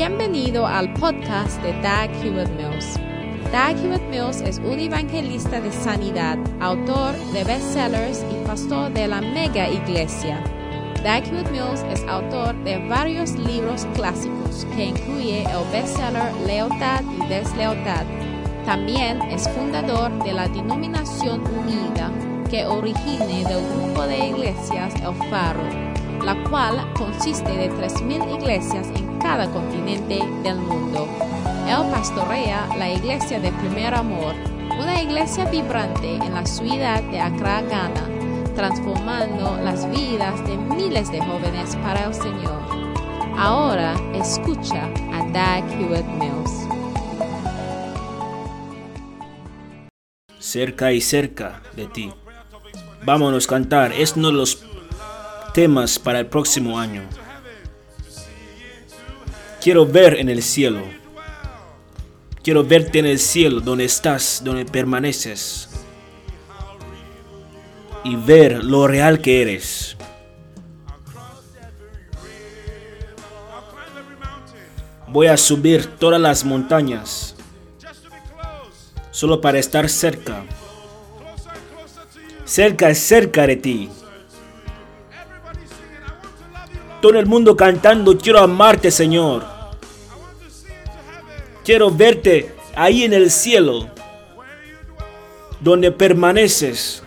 Bienvenido al podcast de Dag Hewlett-Mills. Dag Hewlett-Mills es un evangelista de sanidad, autor de bestsellers y pastor de la mega iglesia. Dag Hewlett-Mills es autor de varios libros clásicos que incluye el bestseller Lealtad y Deslealtad. También es fundador de la Denominación Unida, que origina del grupo de iglesias El Faro, la cual consiste de 3,000 iglesias en cada continente del mundo. Él pastorea la iglesia de Primer Amor, una iglesia vibrante en la ciudad de Accra, Ghana, transformando las vidas de miles de jóvenes para el Señor. Ahora escucha a Dag Hewlett-Mills. Cerca y cerca de ti. Vámonos a cantar. Es uno de los temas para el próximo año. Quiero ver en el cielo. Quiero verte en el cielo, donde estás, donde permaneces. Y ver lo real que eres. Voy a subir todas las montañas solo para estar cerca. Cerca de ti. Todo el mundo cantando, quiero amarte, Señor. Quiero verte ahí en el cielo, donde permaneces.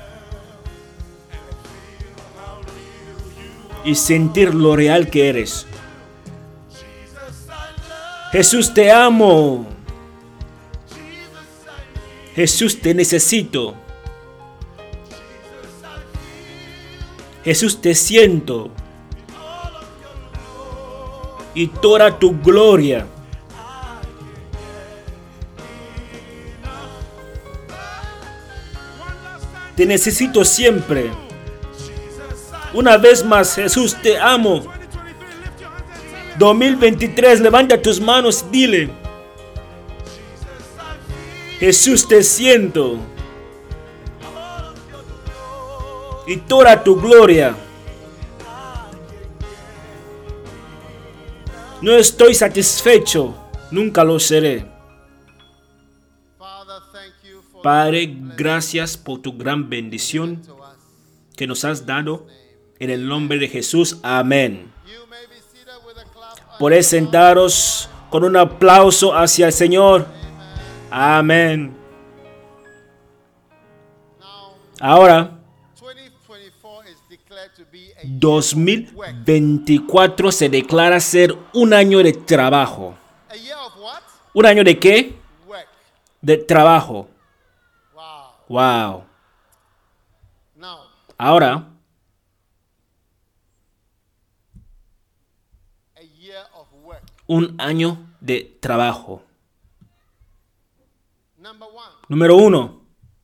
Y sentir lo real que eres. Jesús, te amo. Jesús, te necesito. Jesús, te siento. Y toda tu gloria. Te necesito siempre. Una vez más, Jesús, te amo. 2023, levanta tus manos y dile: Jesús, te siento. Y toda tu gloria. No estoy satisfecho, nunca lo seré. Padre, gracias por tu gran bendición que nos has dado. En el nombre de Jesús, amén. Podéis sentaros con un aplauso hacia el Señor. Amén. Ahora, 2024 se declara ser un año de trabajo. ¿Un año de qué? De trabajo. Wow. Ahora, un año de trabajo. Número 1.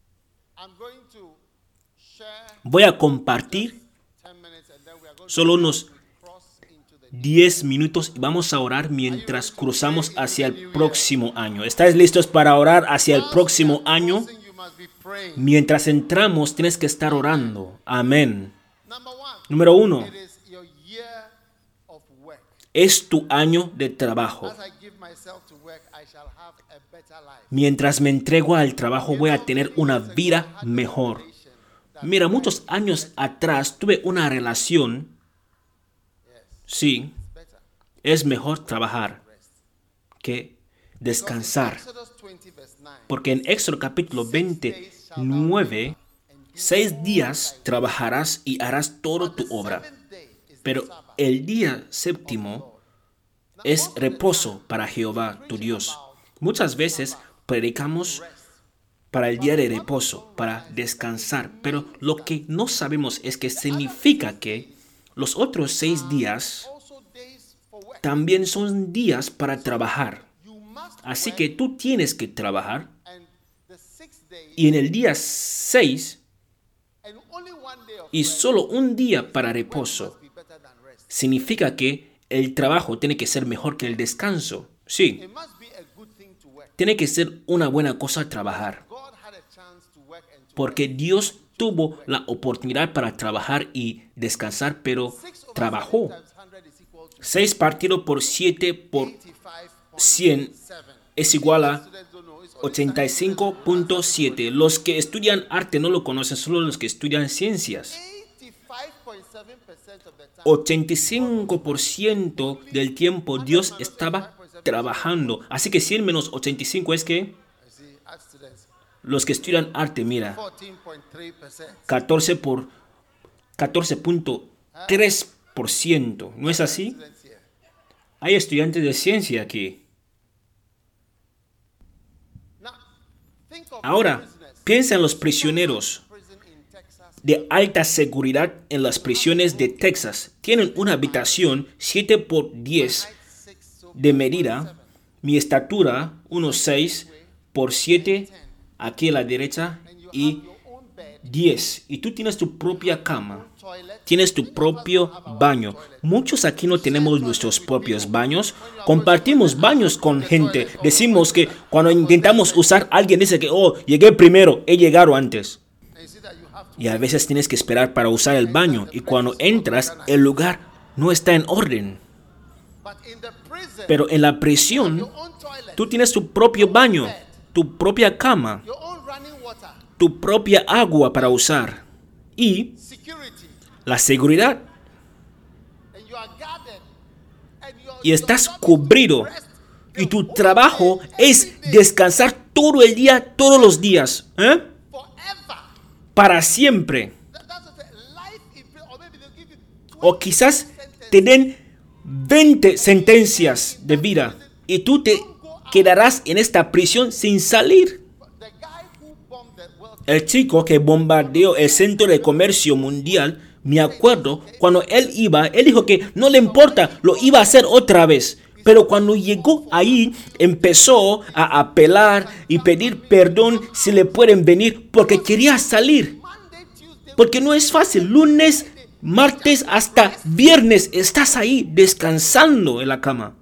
Voy a compartir solo unos 10 minutos y vamos a orar mientras cruzamos hacia el próximo año. ¿Estáis listos para orar hacia el próximo año? Mientras entramos, tienes que estar orando. Amén. Número 1. Es tu año de trabajo. Mientras me entrego al trabajo, voy a tener una vida mejor. Mira, muchos años atrás tuve una relación. Sí, es mejor trabajar que descansar. Porque en Éxodo capítulo 29, 6 días trabajarás y harás toda tu obra. Pero el día séptimo es reposo para Jehová, tu Dios. Muchas veces predicamos para el día de reposo, para descansar. Pero lo que no sabemos es que significa que los otros 6 días también son días para trabajar. Así que tú tienes que trabajar. Y en el día 6, y solo un día para reposo, significa que el trabajo tiene que ser mejor que el descanso. Sí. Tiene que ser una buena cosa trabajar. Porque Dios tuvo la oportunidad para trabajar y descansar, pero trabajó. 6 partido por 7 por 100 es igual a 85.7. Los que estudian arte no lo conocen, solo los que estudian ciencias. 85% del tiempo Dios estaba trabajando. Así que 100 menos 85 es que los que estudian arte, mira, 14.3%. ¿No es así? Hay estudiantes de ciencia aquí. Ahora, piensa en los prisioneros de alta seguridad en las prisiones de Texas. Tienen una habitación 7 por 10 de medida. Mi estatura, 1.6 por 7 aquí a la derecha y 10. Y tú tienes tu propia cama. Tienes tu propio baño. Muchos aquí no tenemos nuestros propios baños. Compartimos baños con gente. Decimos que cuando intentamos usar, alguien dice que, oh, llegué primero, he llegado antes. Y a veces tienes que esperar para usar el baño. Y cuando entras, el lugar no está en orden. Pero en la prisión, tú tienes tu propio baño, tu propia cama, tu propia agua para usar. Y la seguridad. Y estás cubrido. Y tu trabajo es descansar todo el día, todos los días. Para siempre. O quizás te den 20 sentencias de vida. Y tú te quedarás en esta prisión sin salir. El chico que bombardeó el centro de comercio mundial, me acuerdo, cuando él dijo que no le importa, lo iba a hacer otra vez. Pero cuando llegó ahí, empezó a apelar y pedir perdón si le pueden venir porque quería salir. Porque no es fácil. Lunes, martes hasta viernes estás ahí descansando en la cama.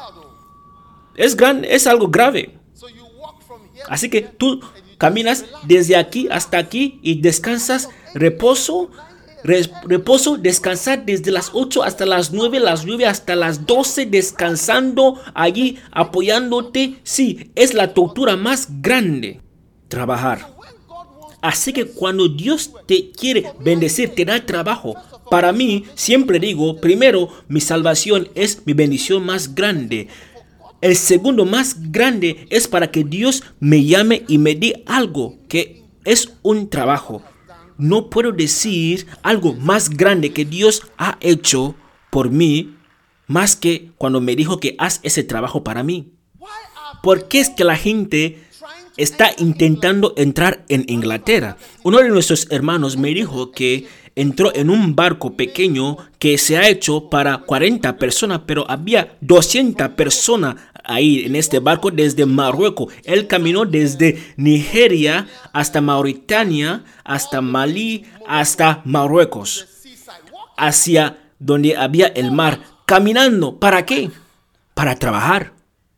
Es algo grave. Así que tú caminas desde aquí hasta aquí y descansas, reposo, descansar desde las 8 hasta las 9, las 9 hasta las 12, descansando allí, apoyándote. Sí, es la tortura más grande, trabajar. Así que cuando Dios te quiere bendecir, te da trabajo. Para mí, siempre digo, primero, mi salvación es mi bendición más grande. El segundo más grande es para que Dios me llame y me dé algo que es un trabajo. No puedo decir algo más grande que Dios ha hecho por mí, más que cuando me dijo que haz ese trabajo para mí. ¿Por qué es que la gente está intentando entrar en Inglaterra? Uno de nuestros hermanos me dijo que entró en un barco pequeño que se ha hecho para 40 personas, pero había 200 personas ahí en este barco desde Marruecos. Él caminó desde Nigeria hasta Mauritania, hasta Malí, hasta Marruecos, hacia donde había el mar, caminando. ¿Para qué? Para trabajar.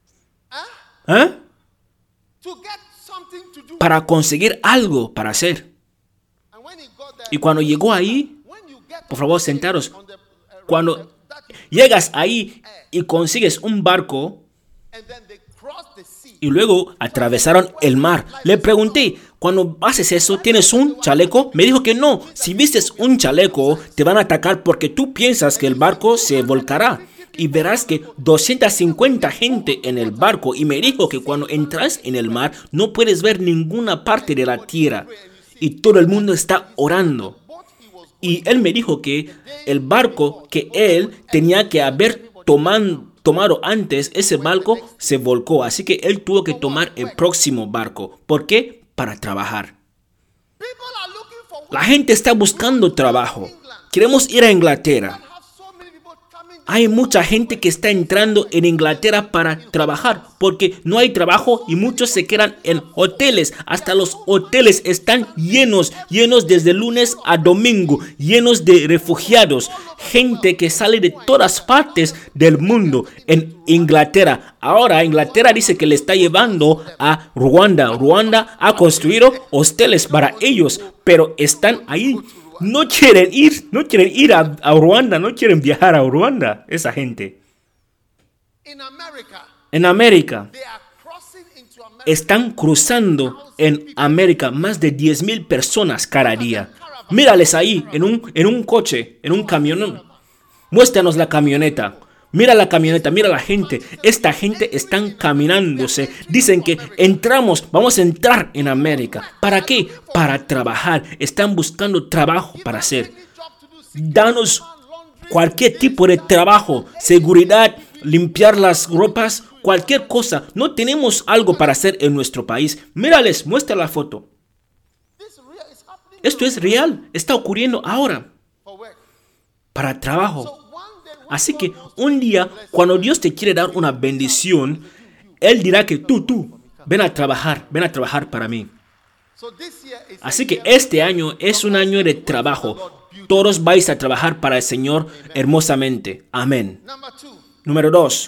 Para conseguir algo para hacer. Y cuando llegó ahí, por favor, sentaros. Cuando llegas ahí y consigues un barco y luego atravesaron el mar, le pregunté, cuando haces eso, ¿tienes un chaleco? Me dijo que no. Si vistes un chaleco, te van a atacar porque tú piensas que el barco se volcará. Y verás que 250 gente en el barco. Y me dijo que cuando entras en el mar, no puedes ver ninguna parte de la tierra. Y todo el mundo está orando. Y él me dijo que el barco que él tenía que haber tomado antes, ese barco se volcó. Así que él tuvo que tomar el próximo barco. ¿Por qué? Para trabajar. La gente está buscando trabajo. Queremos ir a Inglaterra. Hay mucha gente que está entrando en Inglaterra para trabajar porque no hay trabajo y muchos se quedan en hoteles. Hasta los hoteles están llenos desde lunes a domingo, llenos de refugiados, gente que sale de todas partes del mundo en Inglaterra. Ahora Inglaterra dice que le está llevando a Ruanda. Ruanda ha construido hoteles para ellos, pero están ahí no quieren ir a Ruanda, no quieren viajar a Ruanda, esa gente. En América, están cruzando en América más de 10,000 personas cada día. Mírales ahí, en un coche, en un camión. Muéstranos la camioneta. Mira la camioneta, mira la gente. Esta gente están caminándose. Dicen que vamos a entrar en América. ¿Para qué? Para trabajar. Están buscando trabajo para hacer. Danos cualquier tipo de trabajo, seguridad, limpiar las ropas, cualquier cosa. No tenemos algo para hacer en nuestro país. Mírales, muestra la foto. Esto es real, está ocurriendo ahora. Para trabajo. Así que un día, cuando Dios te quiere dar una bendición, Él dirá que tú, ven a trabajar para mí. Así que este año es un año de trabajo. Todos vais a trabajar para el Señor hermosamente. Amén. Número 2.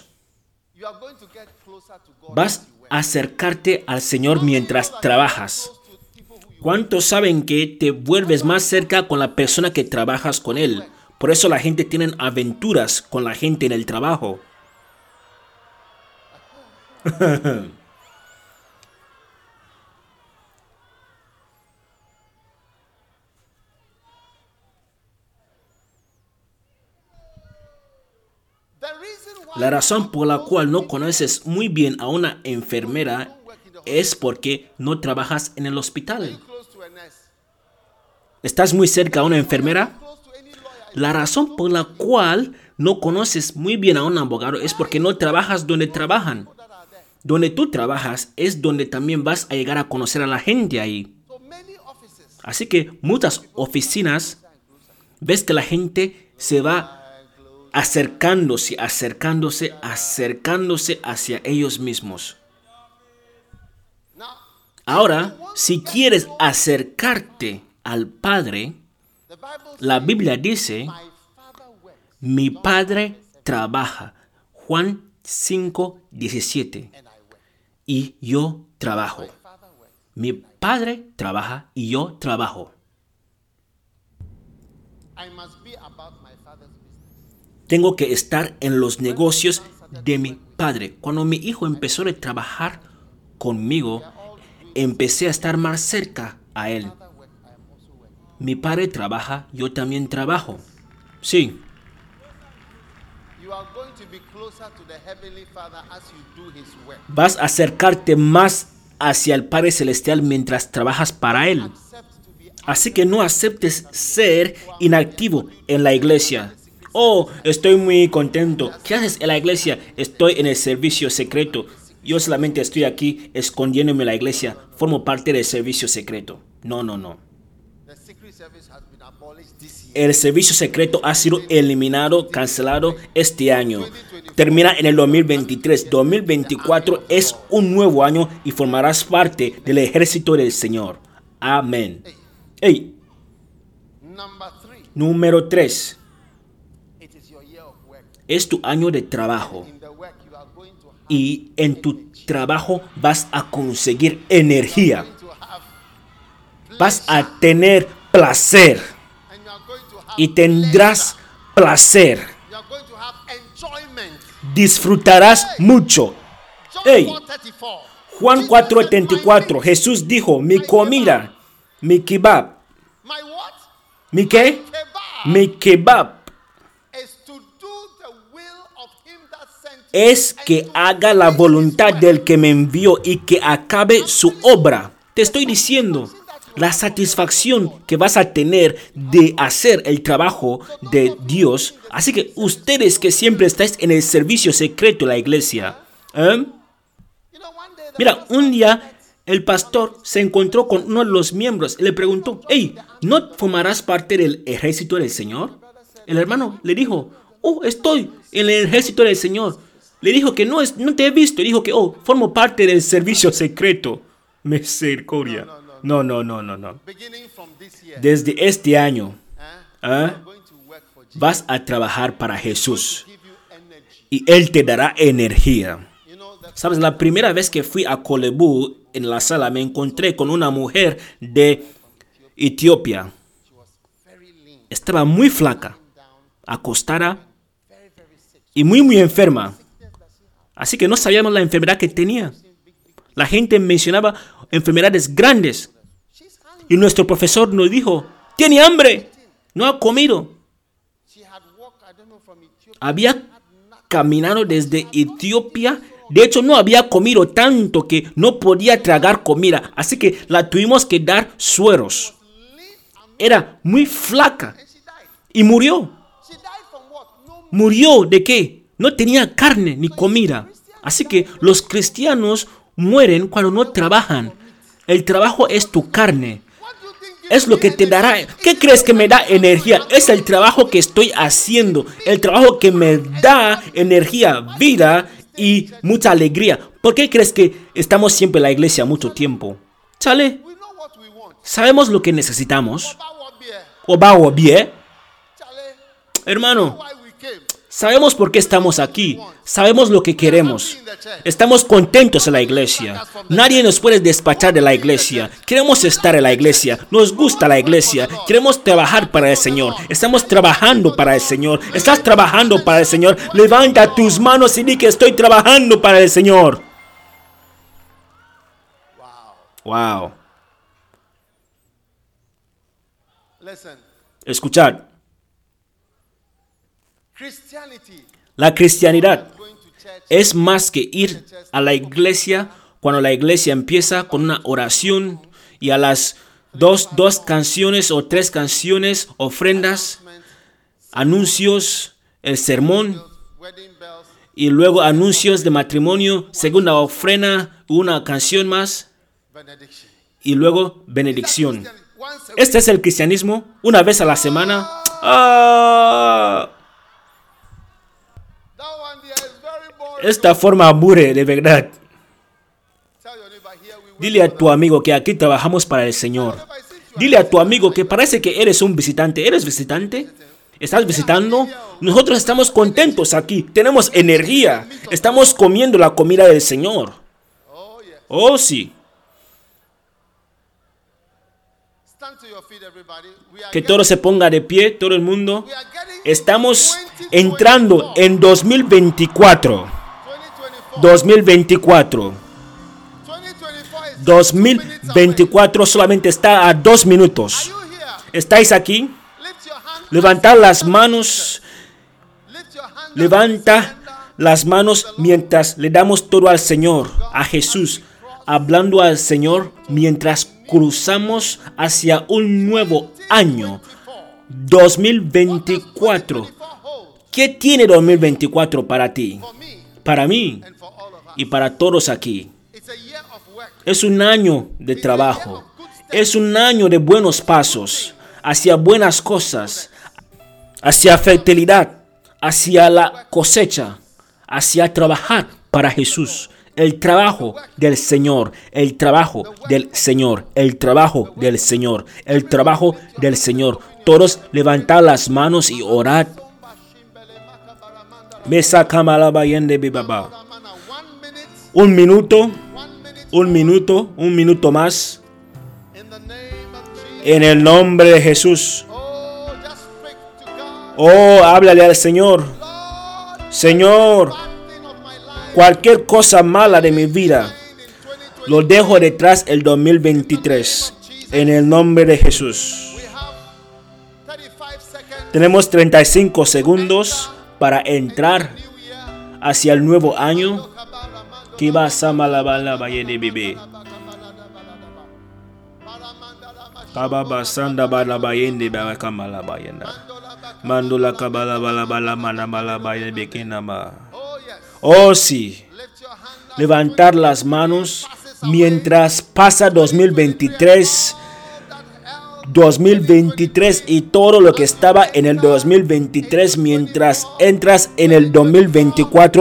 Vas a acercarte al Señor mientras trabajas. ¿Cuántos saben que te vuelves más cerca con la persona que trabajas con él? Por eso la gente tiene aventuras con la gente en el trabajo. La razón por la cual no conoces muy bien a una enfermera es porque no trabajas en el hospital. ¿Estás muy cerca a una enfermera? La razón por la cual no conoces muy bien a un abogado es porque no trabajas donde trabajan. Donde tú trabajas es donde también vas a llegar a conocer a la gente ahí. Así que muchas oficinas, ves que la gente se va acercándose hacia ellos mismos. Ahora, si quieres acercarte al Padre, la Biblia dice, mi Padre trabaja. Juan 5:17. Y yo trabajo. Mi Padre trabaja y yo trabajo. Tengo que estar en los negocios de mi Padre. Cuando mi hijo empezó a trabajar conmigo, empecé a estar más cerca a él. Mi Padre trabaja, yo también trabajo. Sí. Vas a acercarte más hacia el Padre Celestial mientras trabajas para Él. Así que no aceptes ser inactivo en la iglesia. Oh, estoy muy contento. ¿Qué haces en la iglesia? Estoy en el servicio secreto. Yo solamente estoy aquí escondiéndome en la iglesia. Formo parte del servicio secreto. No. El servicio secreto ha sido eliminado, cancelado este año. Termina en el 2023. 2024 es un nuevo año y formarás parte del ejército del Señor. Amén. Hey. Número 3. Es tu año de trabajo. Y en tu trabajo vas a conseguir energía. Vas a tener placer. Y tendrás placer. Disfrutarás mucho. Hey, Juan 4:34. Jesús dijo, mi comida, mi kebab. ¿Mi qué? Mi kebab es que haga la voluntad del que me envió y que acabe su obra. Te estoy diciendo, la satisfacción que vas a tener de hacer el trabajo de Dios. Así que ustedes que siempre estáis en el servicio secreto de la iglesia. Mira, un día el pastor se encontró con uno de los miembros y le preguntó, hey, ¿no formarás parte del ejército del Señor? El hermano le dijo, oh, estoy en el ejército del Señor. Le dijo que no te he visto. Le dijo que, oh, formo parte del servicio secreto. Misericordia. No. Desde este año, vas a trabajar para Jesús. Y Él te dará energía. Sabes, la primera vez que fui a Kolebu, en la sala, me encontré con una mujer de Etiopía. estaba muy flaca, acostada y muy enferma. Así que no sabíamos la enfermedad que tenía. La gente mencionaba enfermedades grandes. Y nuestro profesor nos dijo, tiene hambre, no ha comido. Había caminado desde Etiopía. De hecho, no había comido tanto que no podía tragar comida. Así que la tuvimos que dar sueros. Era muy flaca y murió. ¿Murió de qué? No tenía carne ni comida. Así que los cristianos mueren cuando no trabajan. El trabajo es tu carne. Es lo que te dará. ¿Qué crees que me da energía? Es el trabajo que estoy haciendo. El trabajo que me da energía, vida y mucha alegría. ¿Por qué crees que estamos siempre en la iglesia mucho tiempo? ¿Sale? Sabemos lo que necesitamos. Oba bien. Hermano, sabemos por qué estamos aquí. Sabemos lo que queremos. Estamos contentos en la iglesia. Nadie nos puede despachar de la iglesia. Queremos estar en la iglesia. Nos gusta la iglesia. Queremos trabajar para el Señor. Estamos trabajando para el Señor. ¿Estás trabajando para el Señor? Levanta tus manos y di que estoy trabajando para el Señor. Wow. Escuchad. La cristianidad es más que ir a la iglesia cuando la iglesia empieza con una oración y a las dos canciones o 3 canciones, ofrendas, anuncios, el sermón y luego anuncios de matrimonio, segunda ofrenda, una canción más y luego benedicción. Este es el cristianismo, una vez a la semana. Esta forma aburre, de verdad. Dile a tu amigo que aquí trabajamos para el Señor. Dile a tu amigo que parece que eres un visitante. ¿Eres visitante? ¿Estás visitando? Nosotros estamos contentos aquí. Tenemos energía. Estamos comiendo la comida del Señor. Oh, sí. Que todo se ponga de pie, todo el mundo. Estamos entrando en 2024. 2024 solamente está a 2 minutos. ¿Estáis aquí? Levantad las manos. Levanta las manos mientras le damos todo al Señor, a Jesús, hablando al Señor mientras cruzamos hacia un nuevo año, 2024. ¿Qué tiene 2024 para ti? Para mí y para todos aquí. Es un año de trabajo. Es un año de buenos pasos hacia buenas cosas, hacia fertilidad, hacia la cosecha, hacia trabajar para Jesús. El trabajo del Señor, el trabajo del Señor, el trabajo del Señor, el trabajo del Señor. Todos levantad las manos y orad. Un minuto más. En el nombre de Jesús. Oh, háblale al Señor. Señor, cualquier cosa mala de mi vida, lo dejo detrás el 2023. En el nombre de Jesús. Tenemos 35 segundos para entrar hacia el nuevo año. Que va a samalabala bayene bebé. Kababa sanda bala bayende ba kamala bayenda. Mandula kabala bala bala manamala bayene bekenama. Oh sí. Levantar las manos mientras pasa 2023 y todo lo que estaba en el 2023 mientras entras en el 2024.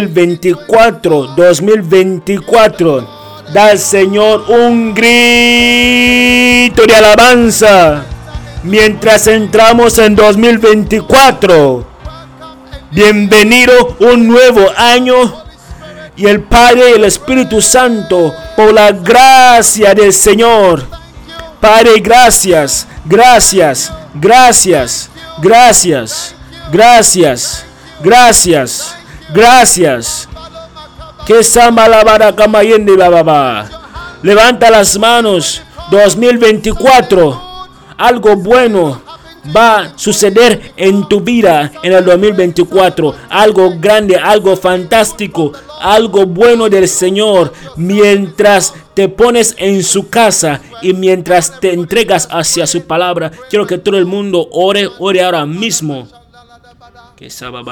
Da al Señor un grito de alabanza mientras entramos en 2024. Bienvenido un nuevo año y el Padre y el Espíritu Santo, por la gracia del Señor. Padre, gracias, gracias, Gracias, gracias, gracias, gracias, gracias. Que samba la baraka mayende baba. Levanta las manos. 2024. Algo bueno va a suceder en tu vida en el 2024. Algo grande, algo fantástico, algo bueno del Señor. Mientras te pones en su casa y mientras te entregas hacia su palabra, quiero que todo el mundo ore ahora mismo. Que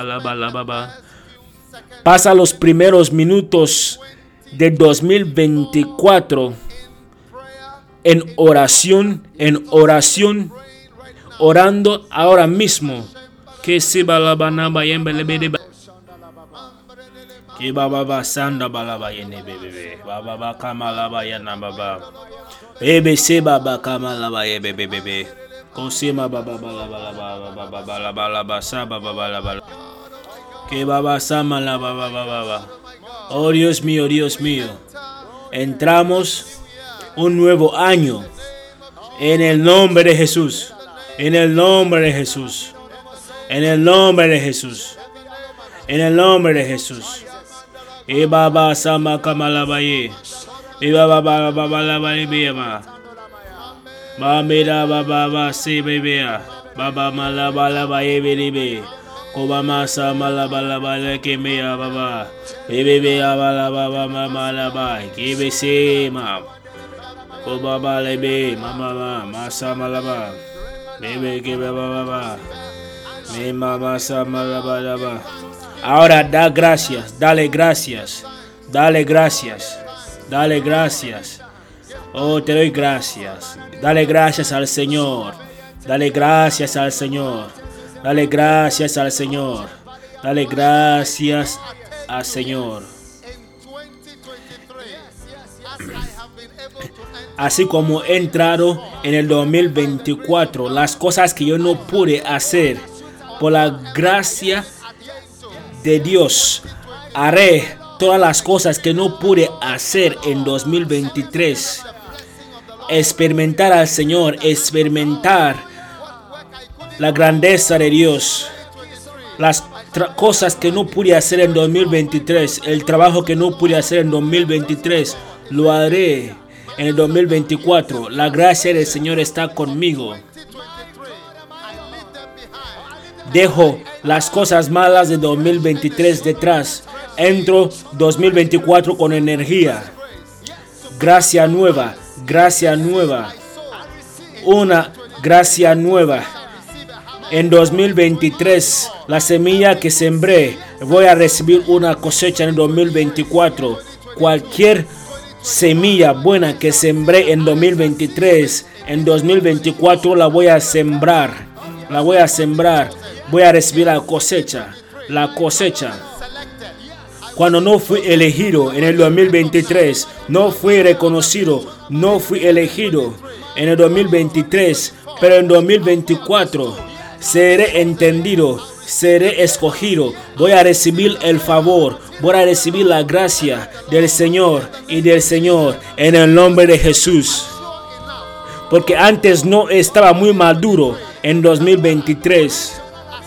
pasa los primeros minutos de 2024 en oración, orando ahora mismo. Que se balabana bayembele bebe. Que baba sanda balaba yene bebe. Baba kamala bayana baba. Bebe se baba kamala baye bebe bebe. Kosema baba balaba saba baba. Que baba sama la baba. Oh Dios mío, Dios mío. Entramos un nuevo año en el nombre de Jesús. En el nombre de Jesús. En el nombre de Jesús. En el nombre de Jesús. Y baba sama kamalabaye. Y baba la beba. Mamira baba se bebea. Baba malabala baye bebe. Obama sama la bala que me baba. Bebe baba mama la ba. Que se ma. Obaba lebe mama masa malaba. Bebe que baba. Mi mamá sama la bala. Ahora da gracias, dale gracias. Dale gracias. Dale gracias. Oh, te doy gracias. Dale gracias al Señor. Dale gracias al Señor. Dale gracias al Señor. Dale gracias al Señor. Así como he entrado en el 2024, las cosas que yo no pude hacer, por la gracia de Dios, haré todas las cosas que no pude hacer en 2023. Experimentar al Señor, experimentar la grandeza de Dios. Las cosas que no pude hacer en 2023, el trabajo que no pude hacer en 2023, lo haré en el 2024. La gracia del Señor está conmigo. Dejo las cosas malas de 2023 detrás. Entro 2024 con energía. Gracia nueva, gracia nueva. Una gracia nueva. En 2023, la semilla que sembré, voy a recibir una cosecha en el 2024. Cualquier semilla buena que sembré en 2023, en 2024 la voy a sembrar. La voy a sembrar. Voy a recibir la cosecha. La cosecha. Cuando no fui elegido en el 2023, no fui reconocido, no fui elegido en el 2023, pero en 2024 seré entendido, seré escogido. Voy a recibir el favor, voy a recibir la gracia del Señor y del Señor en el nombre de Jesús. Porque antes no estaba muy maduro en 2023.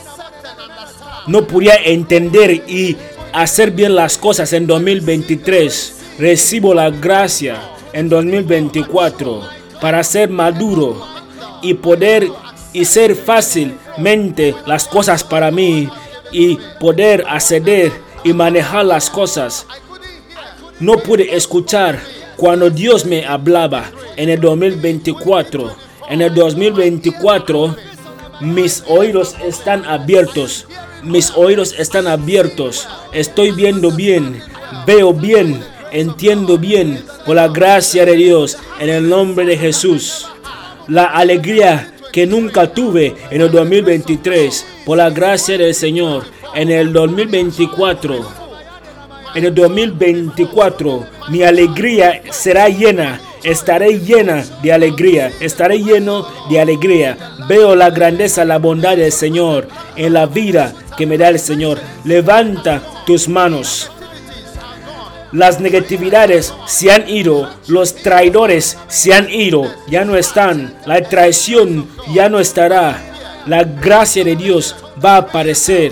No podía entender y hacer bien las cosas en 2023. Recibo la gracia en 2024 para ser maduro y poder y ser fácilmente las cosas para mí y poder acceder y manejar las cosas. No pude escuchar cuando Dios me hablaba en el 2024. En el 2024 mis oídos están abiertos. Mis oídos están abiertos. Estoy viendo bien. Veo bien. Entiendo bien. Por la gracia de Dios. En el nombre de Jesús. La alegría que nunca tuve en el 2023. Por la gracia del Señor. En el 2024. En el 2024. Mi alegría será llena. Estaré llena de alegría. Estaré lleno de alegría. Veo la grandeza, la bondad del Señor en la vida que me da el Señor. Levanta tus manos. Las negatividades se han ido, los traidores se han ido, ya no están, la traición ya no estará. La gracia de Dios va a aparecer.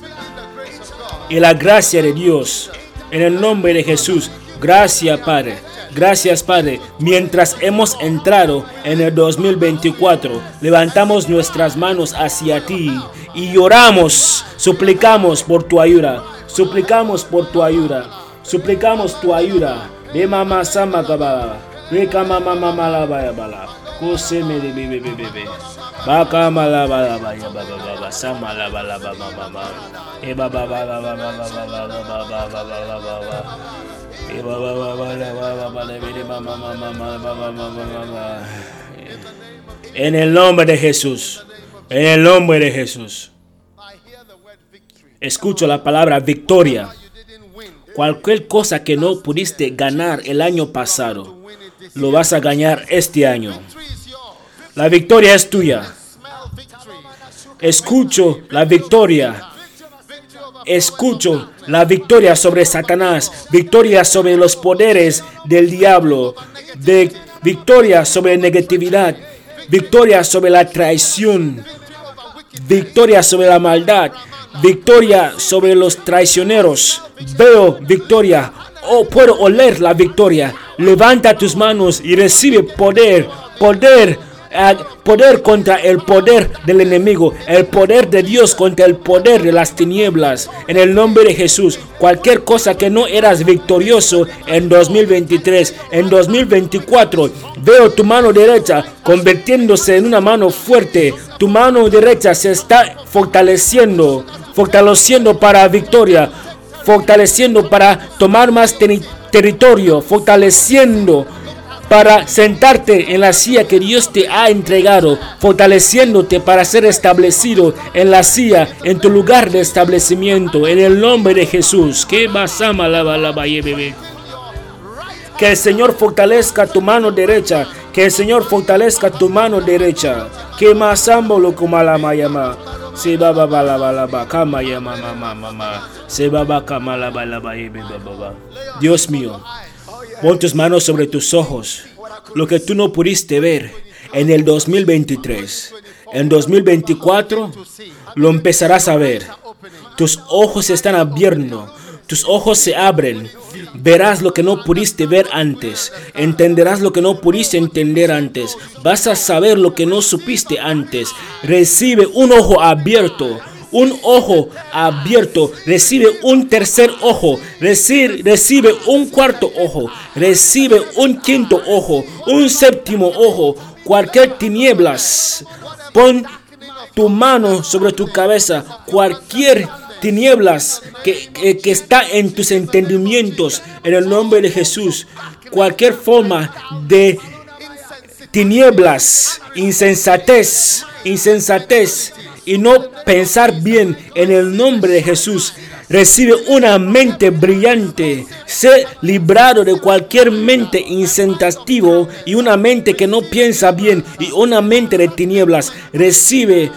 Y la gracia de Dios, en el nombre de Jesús, gracias Padre. Gracias Padre, mientras hemos entrado en el 2024, levantamos nuestras manos hacia ti y lloramos, suplicamos por tu ayuda, suplicamos por tu ayuda, suplicamos tu ayuda. De mamá sama gaba, de kama mama malabaya bala, kose me de bebe bebe, baka malabaya baya baba sama la bala baba baba, e baba baba baba baba baba baba. En el nombre de Jesús, en el nombre de Jesús, escucho la palabra victoria. Cualquier cosa que no pudiste ganar el año pasado, lo vas a ganar este año. La victoria es tuya. Escucho la victoria. Escucho la victoria sobre Satanás, victoria sobre los poderes del diablo, victoria sobre negatividad, victoria sobre la traición, victoria sobre la maldad, victoria sobre los traicioneros. Veo victoria, puedo oler la victoria. Levanta tus manos y recibe poder contra el poder del enemigo, el poder de Dios contra el poder de las tinieblas. En el nombre de Jesús, cualquier cosa que no eras victorioso en 2023, en 2024, veo tu mano derecha convirtiéndose en una mano fuerte. Tu mano derecha se está fortaleciendo para victoria, fortaleciendo para tomar más territorio, fortaleciendo para sentarte en la silla que Dios te ha entregado, fortaleciéndote para ser establecido en la silla, en tu lugar de establecimiento, en el nombre de Jesús. Que el Señor fortalezca tu mano derecha, que el Señor fortalezca tu mano derecha. Que masamba lo como la mayama. Se baba bala bala ba kama yama mama. Se baba kama la bala ba. Dios mío, pon tus manos sobre tus ojos. Lo que tú no pudiste ver en el 2023, en 2024 lo empezarás a ver. Tus ojos están abiertos, tus ojos se abren. Verás lo que no pudiste ver antes. Entenderás lo que no pudiste entender antes. Vas a saber lo que no supiste antes. Recibe un ojo abierto. Un ojo abierto, recibe un tercer ojo, recibe un cuarto ojo, recibe un quinto ojo, un séptimo ojo. Cualquier tinieblas, pon tu mano sobre tu cabeza. Cualquier tinieblas que está en tus entendimientos, en el nombre de Jesús. Cualquier forma de tinieblas, insensatez y no pensar bien, en el nombre de Jesús. Recibe una mente brillante. Sé librado de cualquier mente insensativo y una mente que no piensa bien y una mente de tinieblas. Recibe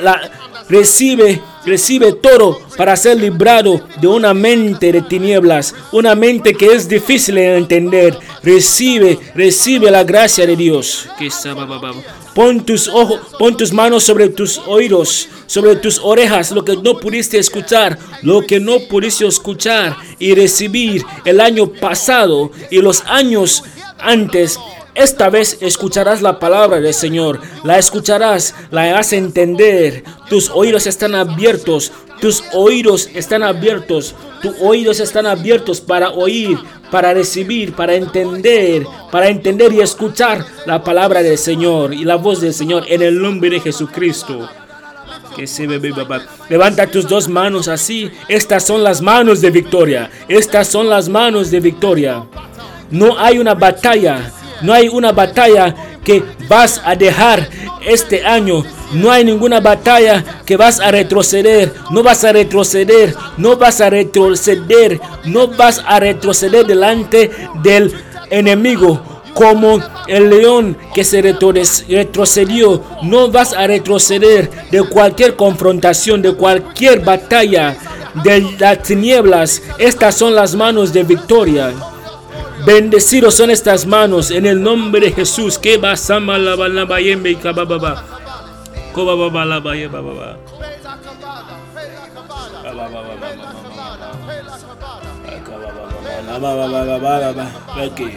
todo para ser librado de una mente de tinieblas, una mente que es difícil de entender. Recibe la gracia de Dios. Pon tus manos sobre tus oídos, sobre tus orejas, lo que no pudiste escuchar, y recibir el año pasado y los años antes. Esta vez escucharás la palabra del Señor, la escucharás, la harás entender. Tus oídos están abiertos, tus oídos están abiertos para oír, para recibir, para entender y escuchar la palabra del Señor y la voz del Señor en el nombre de Jesucristo. Levanta tus dos manos así. Estas son las manos de victoria. No hay una batalla que vas a dejar este año. No hay ninguna batalla que vas a retroceder. No vas a retroceder delante del enemigo como el león que se retrocedió. No vas a retroceder de cualquier confrontación, de cualquier batalla. de las tinieblas. Estas son las manos de victoria. Bendecidos son estas manos en el nombre de Jesús. Que basama la balaba yembe kababa. Kobaba la baye baba. Okay.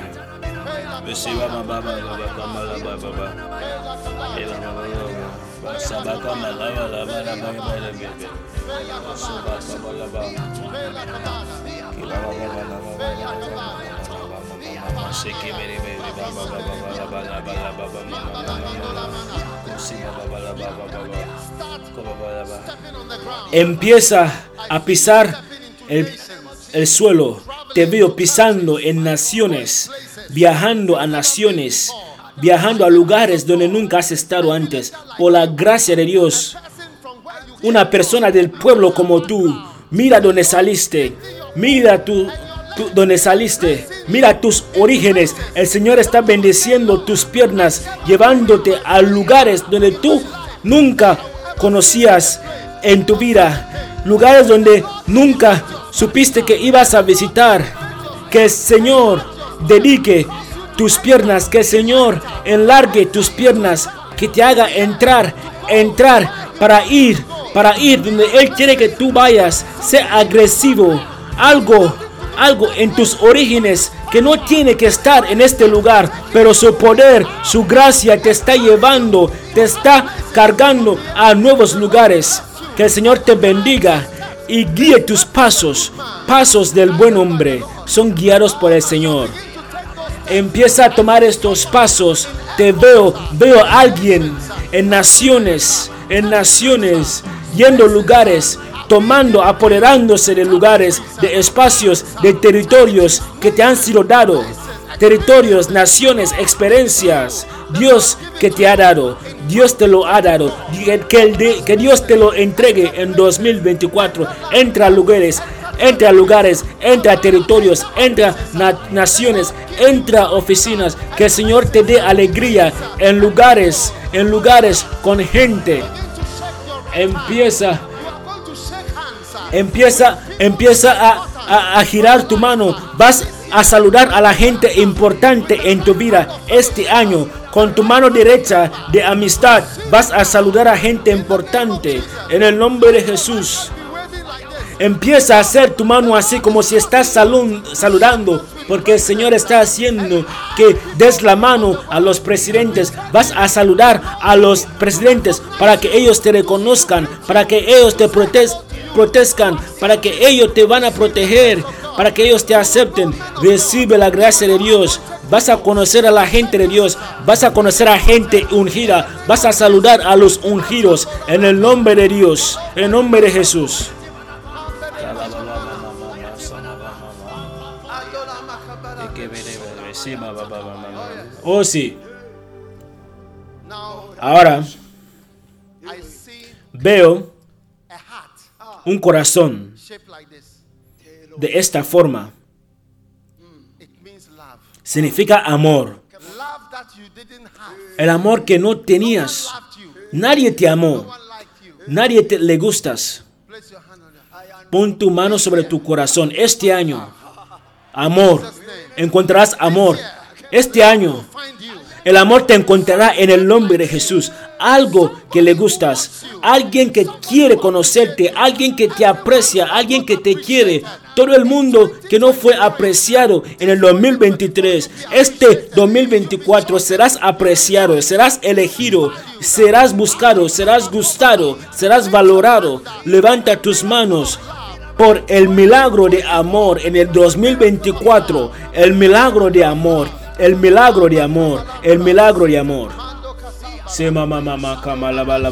Empieza a pisar el suelo. Te veo pisando en naciones, viajando a naciones, viajando a lugares donde nunca has estado antes. Por la gracia de Dios, una persona del pueblo como tú, mira donde saliste, mira donde saliste, mira tus orígenes. El Señor está bendiciendo tus piernas, llevándote a lugares donde tú nunca conocías en tu vida, lugares donde nunca supiste que ibas a visitar. Que el Señor dedique tus piernas, que el Señor enlargue tus piernas, que te haga entrar para ir donde Él quiere que tú vayas. Sé agresivo, algo en tus orígenes que no tiene que estar en este lugar, pero su poder, su gracia te está llevando, te está cargando a nuevos lugares. Que el Señor te bendiga y guíe tus pasos del buen hombre, son guiados por el Señor. Empieza a tomar estos pasos. Te veo a alguien en naciones, yendo lugares, apoderándose de lugares, de espacios, de territorios que te han sido dados. Territorios, naciones, experiencias. Dios que te ha dado, Dios te lo ha dado. Que Dios te lo entregue en 2024. Entra a lugares, entra a territorios, entra a naciones, entra a oficinas. Que el Señor te dé alegría en lugares con gente. Empieza a girar tu mano. Vas a saludar a la gente importante en tu vida este año. Con tu mano derecha de amistad vas a saludar a gente importante en el nombre de Jesús. Empieza a hacer tu mano así como si estás saludando, porque el Señor está haciendo que des la mano a los presidentes. Vas a saludar a los presidentes para que ellos te reconozcan, para que ellos te protejan, para que ellos te van a proteger, para que ellos te acepten. Recibe la gracia de Dios. Vas a conocer a la gente de Dios. Vas a conocer a gente ungida. Vas a saludar a los ungidos en el nombre de Dios, en el nombre de Jesús. Oh sí. Ahora veo un corazón de esta forma. Significa amor. El amor que no tenías. Nadie te amó. Nadie le gustas. Pon tu mano sobre tu corazón. Este año, amor. Encontrarás amor. Este año, el amor te encontrará en el nombre de Jesús. Algo que le gustas. Alguien que quiere conocerte. Alguien que te aprecia. Alguien que te quiere. Todo el mundo que no fue apreciado en el 2023. Este 2024 serás apreciado. Serás elegido. Serás buscado. Serás gustado. Serás valorado. Levanta tus manos. Por el milagro de amor en el 2024. El milagro de amor. El milagro de amor. El milagro de amor. Se mama kamalabala.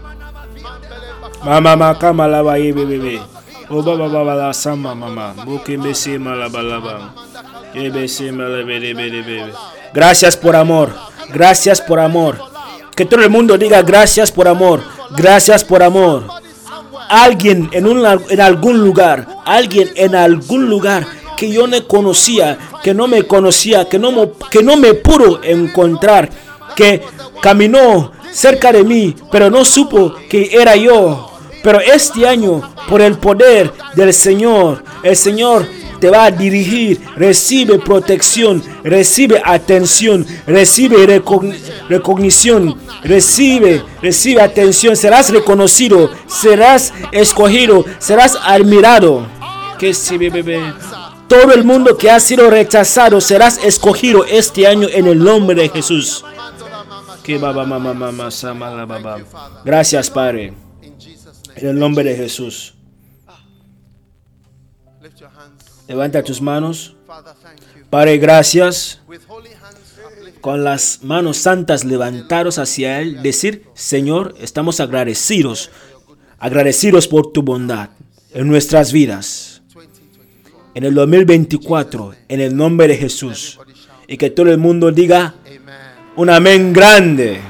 Mama kamalaba bebé. O baba la sama mama. Buke bese malabalaba. Bese malabele. Gracias por amor. Gracias por amor. Que todo el mundo diga gracias por amor. Gracias por amor. Alguien en algún lugar. Alguien en algún lugar que yo no conocía, que no me conocía, que no me pudo encontrar, que caminó cerca de mí, pero no supo que era yo. Pero este año, por el poder del Señor, el Señor te va a dirigir. Recibe protección, recibe atención, recibe recognición, recibe atención. Serás reconocido, serás escogido, serás admirado. Que si bebé. Todo el mundo que ha sido rechazado serás escogido este año en el nombre de Jesús. Gracias, Padre. En el nombre de Jesús. Levanta tus manos. Padre, gracias. Con las manos santas levantadas hacia Él, decir: Señor, estamos agradecidos por tu bondad en nuestras vidas. En el 2024, en el nombre de Jesús. Y que todo el mundo diga un amén grande.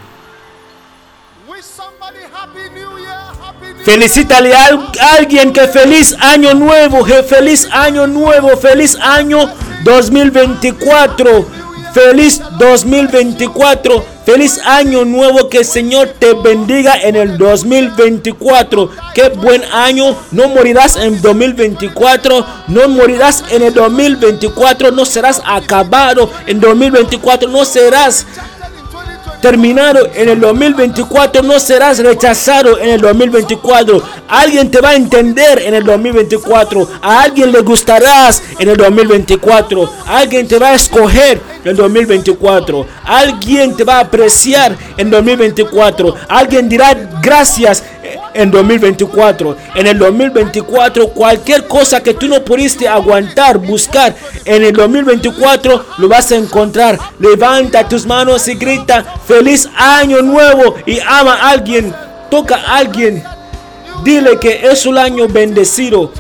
Felicítale a alguien que feliz año nuevo, feliz año nuevo, feliz año 2024, feliz 2024, feliz año nuevo, que el Señor te bendiga en el 2024. Qué buen año, no morirás en 2024, no morirás en el 2024, no serás acabado en 2024, no serás terminado en el 2024, no serás rechazado en el 2024. Alguien te va a entender en el 2024. A alguien le gustarás en el 2024. Alguien te va a escoger en el 2024. Alguien te va a apreciar en 2024. Alguien dirá gracias en 2024. En el 2024, cualquier cosa que tú no pudiste aguantar, buscar, en el 2024 lo vas a encontrar. Levanta tus manos y grita: feliz año nuevo, y ama a alguien, toca a alguien, dile que es un año bendecido,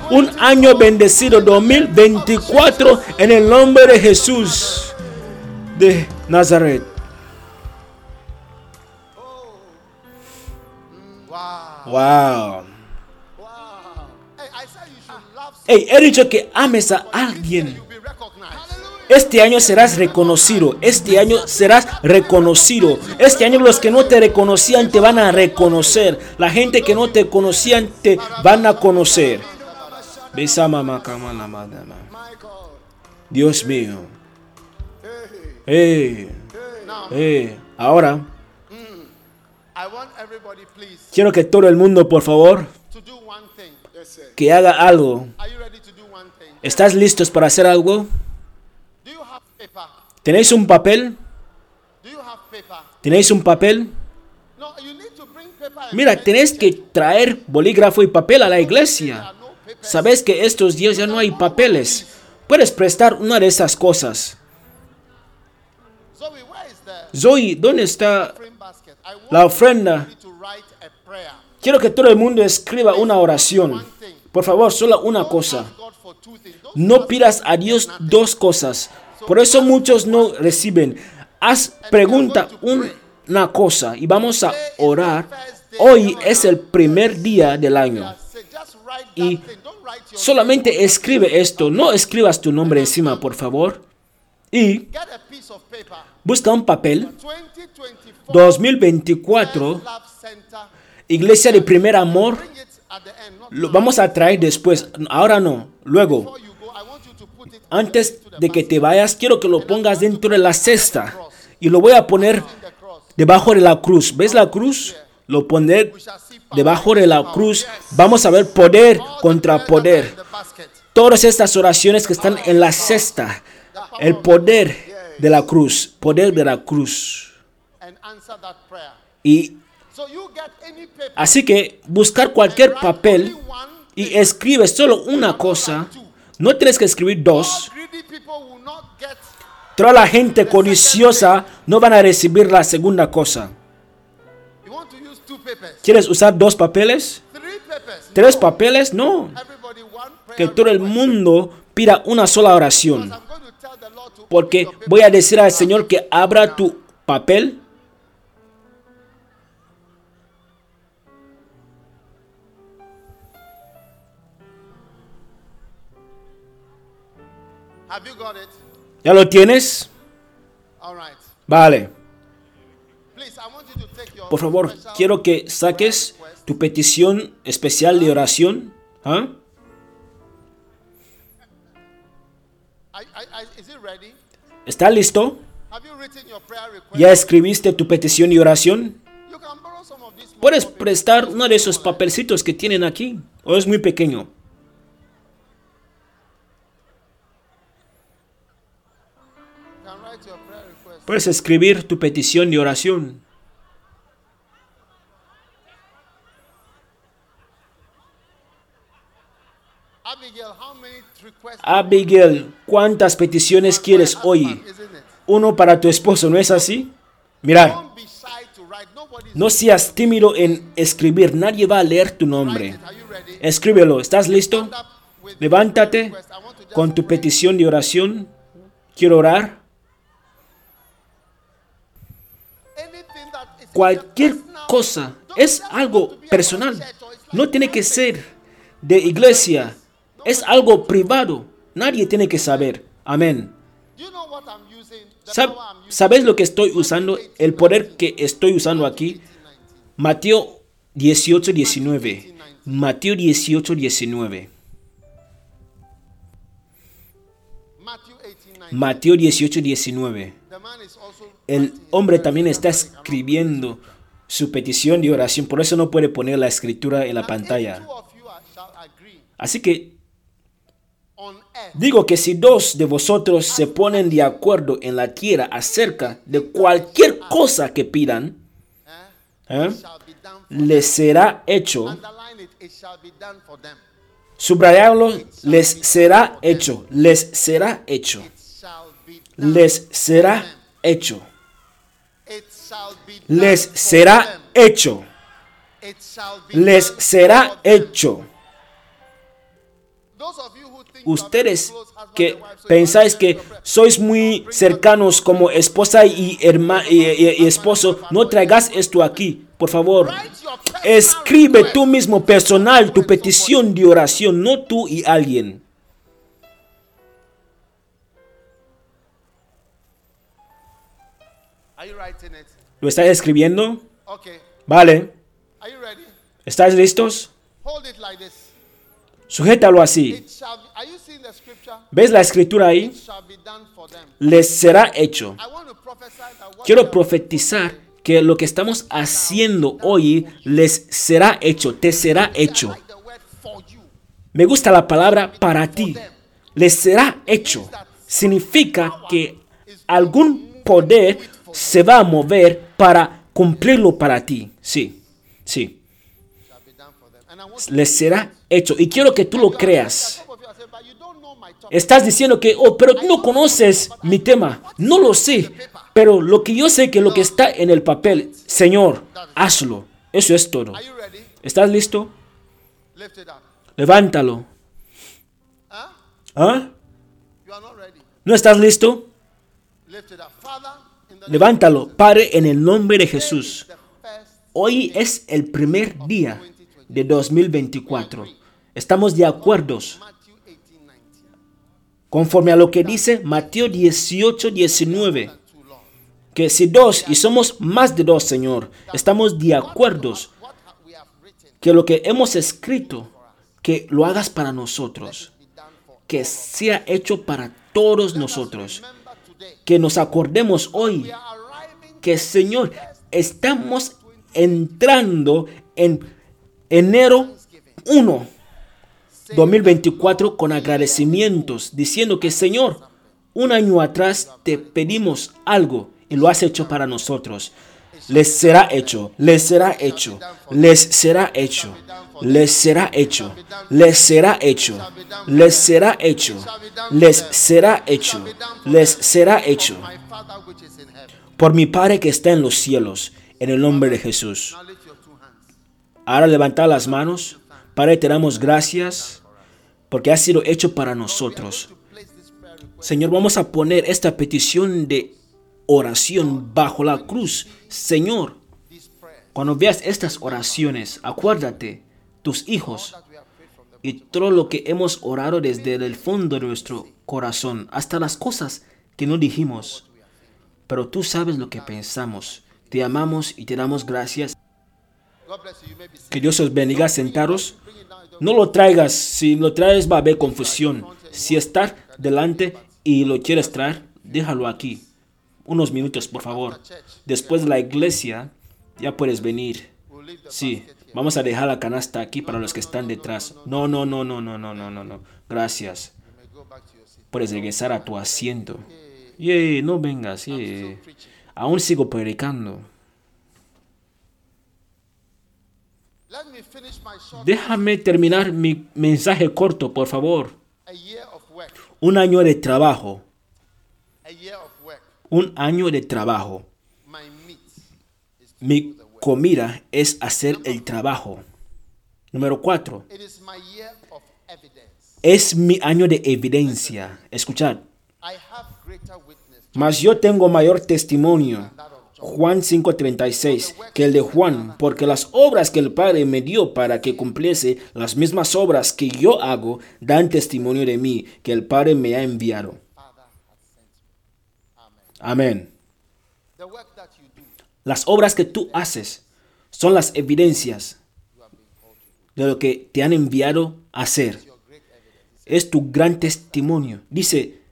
2024, en el nombre de Jesús de Nazaret. Wow. Hey, he dicho que ames a alguien. Este año serás reconocido. Este año serás reconocido. Este año los que no te reconocían te van a reconocer. La gente que no te conocían te van a conocer. Dios mío. Ahora quiero que todo el mundo, por favor, que haga algo. ¿Estás listos para hacer algo? ¿Tenéis un papel? ¿Tenéis un papel? Mira, tenéis que traer bolígrafo y papel a la iglesia. Sabes que estos días ya no hay papeles. Puedes prestar una de esas cosas. Zoe, ¿dónde está la ofrenda? Quiero que todo el mundo escriba una oración. Por favor, solo una cosa. No pidas a Dios dos cosas. Por eso muchos no reciben. Pregunta una cosa y vamos a orar. Hoy es el primer día del año. Y solamente escribe esto. No escribas tu nombre encima, por favor. Y busca un papel. 2024, Iglesia de Primer Amor. Lo vamos a traer después. Ahora no. Luego. Antes de que te vayas, quiero que lo pongas dentro de la cesta. Y lo voy a poner debajo de la cruz. ¿Ves la cruz? Lo pondré debajo de la cruz. Vamos a ver poder contra poder. Todas estas oraciones que están en la cesta. El poder de la cruz. Poder de la cruz. Y así que buscar cualquier papel y escribe solo una cosa. No tienes que escribir dos. Toda la gente codiciosa no van a recibir la segunda cosa. ¿Quieres usar dos papeles? ¿Tres papeles? No. Que todo el mundo pida una sola oración. Porque voy a decir al Señor que abra tu papel. ¿Ya lo tienes? Vale. Por favor, quiero que saques tu petición especial de oración? ¿Ah? ¿Está listo? ¿Ya escribiste tu petición de oración? Puedes prestar uno de esos papelcitos que tienen aquí, o es muy pequeño. Puedes escribir tu petición de oración. Abigail, ¿cuántas peticiones quieres hoy? Uno para tu esposo, ¿no es así? Mirad, no seas tímido en escribir. Nadie va a leer tu nombre. Escríbelo. ¿Estás listo? Levántate con tu petición de oración. Quiero orar. Cualquier cosa es algo personal. No tiene que ser de iglesia. Es algo privado. Nadie tiene que saber. Amén. ¿Sabes lo que estoy usando? El poder que estoy usando aquí. Mateo 18:19. Mateo 18:19. Mateo 18:19. El hombre también está escribiendo su petición de oración. Por eso no puede poner la escritura en la pantalla. Así que digo que si dos de vosotros se ponen de acuerdo en la tierra acerca de cualquier cosa que pidan, les será hecho. Subrayarlo, les será hecho. Les será hecho. Les será hecho. Les será hecho. Les será hecho. Ustedes que pensáis que sois muy cercanos como esposa y esposo, no traigas esto aquí, por favor. Escribe tú mismo personal tu petición de oración, no tú y alguien. ¿Lo estás escribiendo? Vale. ¿Estáis listos? Sujétalo así. ¿Ves la escritura ahí? Les será hecho. Quiero profetizar que lo que estamos haciendo hoy les será hecho, te será hecho. Me gusta la palabra para ti. Les será hecho. Significa que algún poder se va a mover para cumplirlo para ti. Sí, sí. Les será hecho. Y quiero que tú lo creas. Estás diciendo que, pero tú no conoces mi tema. No lo sé. Pero lo que yo sé que lo que está en el papel, Señor, hazlo. Eso es todo. ¿Estás listo? Levántalo. ¿Ah? ¿No estás listo? Levántalo. Padre, en el nombre de Jesús. Hoy es el primer día de 2024. Estamos de acuerdo. Conforme a lo que dice Mateo 18:19. Que si dos, y somos más de dos, Señor, estamos de acuerdo que lo que hemos escrito, que lo hagas para nosotros. Que sea hecho para todos nosotros. Que nos acordemos hoy que, Señor, estamos entrando en enero 1, 2024 con agradecimientos, diciendo que, Señor, un año atrás te pedimos algo y lo has hecho para nosotros. Les será hecho, les será hecho, les será hecho, les será hecho, les será hecho, les será hecho, les será hecho, les será hecho. Por mi Padre que está en los cielos, en el nombre de Jesús. Ahora levantad las manos. Padre, te damos gracias porque ha sido hecho para nosotros. Señor, vamos a poner esta petición de oración bajo la cruz. Señor, cuando veas estas oraciones, acuérdate, tus hijos y todo lo que hemos orado desde el fondo de nuestro corazón, hasta las cosas que no dijimos. Pero tú sabes lo que pensamos. Te amamos y te damos gracias. Que Dios os bendiga. Sentaros. No lo traigas. Si lo traes va a haber confusión. Si estás delante y lo quieres traer, déjalo aquí. Unos minutos, por favor. Después de la iglesia, ya puedes venir. Sí, vamos a dejar la canasta aquí para los que están detrás. No. Gracias. Puedes regresar a tu asiento. No vengas. Aún sigo predicando. Déjame terminar mi mensaje corto, por favor. Un año de trabajo. Un año de trabajo. Mi comida es hacer el trabajo. Número 4. Es mi año de evidencia. Escuchad. Mas yo tengo mayor testimonio. Juan 5:36, que el de Juan, porque las obras que el Padre me dio para que cumpliese las mismas obras que yo hago, dan testimonio de mí, que el Padre me ha enviado. Amén. Las obras que tú haces son las evidencias de lo que te han enviado a hacer. Es tu gran testimonio. Dice,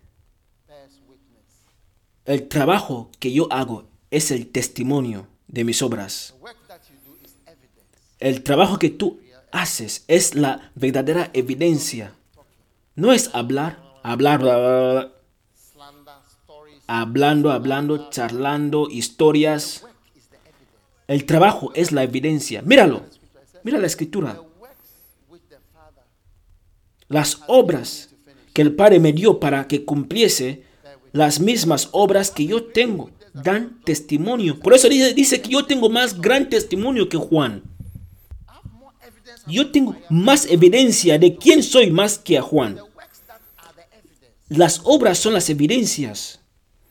el trabajo que yo hago es el testimonio de mis obras. El trabajo que tú haces es la verdadera evidencia. No es hablar, hablando, charlando, historias. El trabajo es la evidencia. Míralo. Mira la escritura. Las obras que el Padre me dio para que cumpliese las mismas obras que yo tengo dan testimonio. Por eso dice que yo tengo más gran testimonio que Juan. Yo tengo más evidencia de quién soy más que a Juan. Las obras son las evidencias.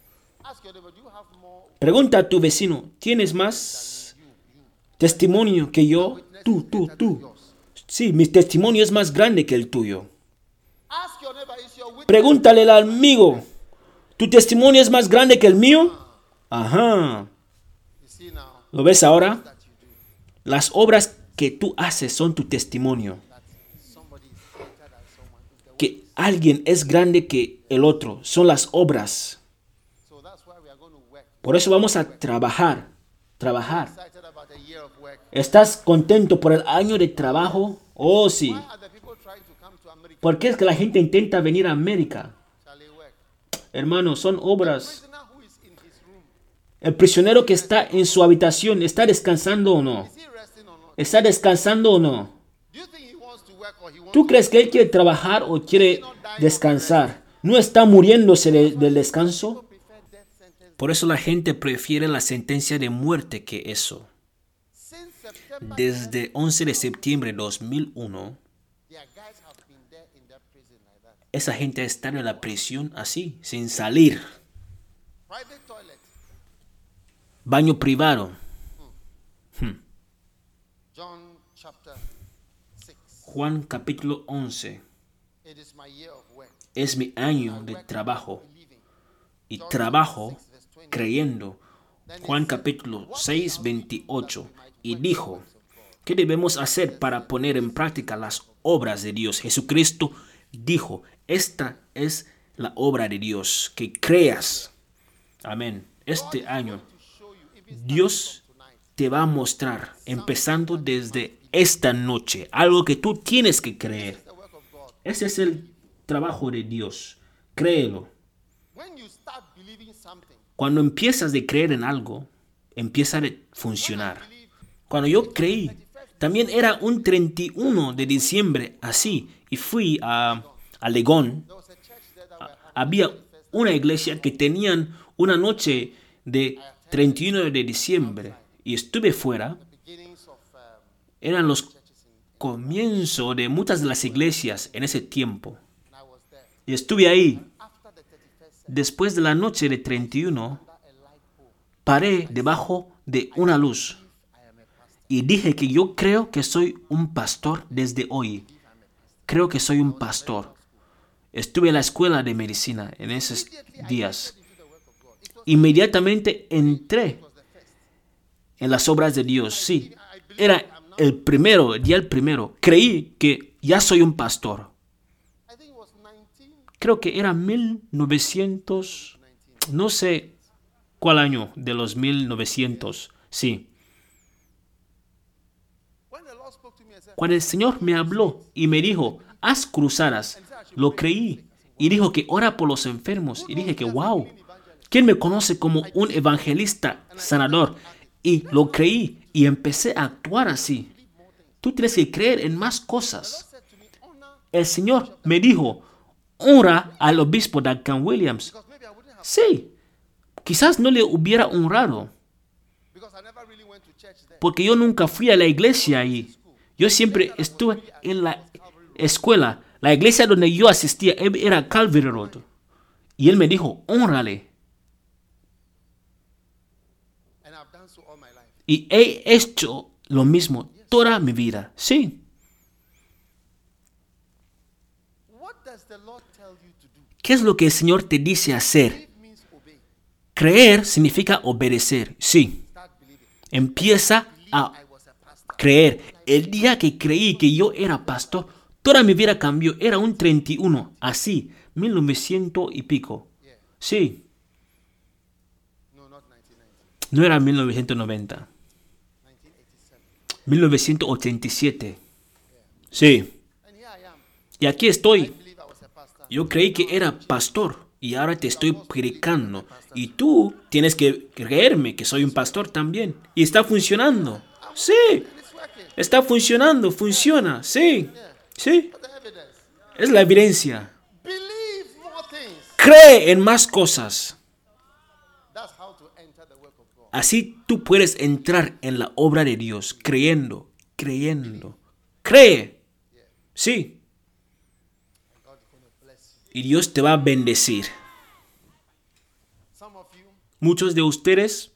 Pregunta a tu vecino, ¿tienes más testimonio que yo? Tú. Sí, mi testimonio es más grande que el tuyo. Pregúntale al amigo, ¿tu testimonio es más grande que el mío? Ajá. ¿Lo ves ahora? Las obras que tú haces son tu testimonio. Que alguien es grande que el otro. Son las obras. Por eso vamos a trabajar. ¿Estás contento por el año de trabajo? Oh, sí. ¿Por qué es que la gente intenta venir a América? Hermano, son obras. El prisionero que está en su habitación, ¿está descansando o no? ¿Está descansando o no? ¿Tú crees que él quiere trabajar o quiere descansar? ¿No está muriéndose del descanso? Por eso la gente prefiere la sentencia de muerte que eso. Desde 11 de septiembre de 2001, esa gente ha estado en la prisión así, sin salir. Baño privado. Juan capítulo 11. Es mi año de trabajo. Y trabajo creyendo. Juan capítulo 6, 28. Y dijo, ¿qué debemos hacer para poner en práctica las obras de Dios? Jesucristo dijo, esta es la obra de Dios, que creas. Amén. Este año, Dios te va a mostrar, empezando desde esta noche, algo que tú tienes que creer. Ese es el trabajo de Dios. Créelo. Cuando empiezas de creer en algo, empieza a funcionar. Cuando yo creí, también era un 31 de diciembre, así, y fui a Legón. Había una iglesia que tenían una noche de 31 de diciembre y estuve fuera. Eran los comienzos de muchas de las iglesias en ese tiempo. Y estuve ahí. Después de la noche de 31, paré debajo de una luz y dije que yo creo que soy un pastor desde hoy. Creo que soy un pastor. Estuve en la escuela de medicina en esos días. Inmediatamente entré en las obras de Dios. Sí, era el día el primero, creí que ya soy un pastor. Creo que era 1900, no sé cuál año de los 1900, sí. Cuando el Señor me habló y me dijo, haz cruzadas, lo creí. Y dijo que ora por los enfermos. Y dije que, wow, ¿quién me conoce como un evangelista sanador? Y lo creí y empecé a actuar así. Tú tienes que creer en más cosas. El Señor me dijo, honra al obispo Duncan Williams. Sí, quizás no le hubiera honrado, porque yo nunca fui a la iglesia ahí. Yo siempre estuve en la escuela. La iglesia donde yo asistía era Calvary Road. Y él me dijo, honrale. Y he hecho lo mismo toda mi vida. Sí. ¿Qué es lo que el Señor te dice hacer? Creer significa obedecer. Sí. Empieza a creer. El día que creí que yo era pastor, toda mi vida cambió. Era un 31. Así. 1900 y pico. Sí. No era 1990. 1987. Sí. Y aquí estoy. Yo creí que era pastor y ahora te estoy predicando. Y tú tienes que creerme que soy un pastor también. Y está funcionando. Sí. Está funcionando. Funciona. Sí. Sí. Es la evidencia. Cree en más cosas. Así tú puedes entrar en la obra de Dios, creyendo. Cree. Sí. Y Dios te va a bendecir. Muchos de ustedes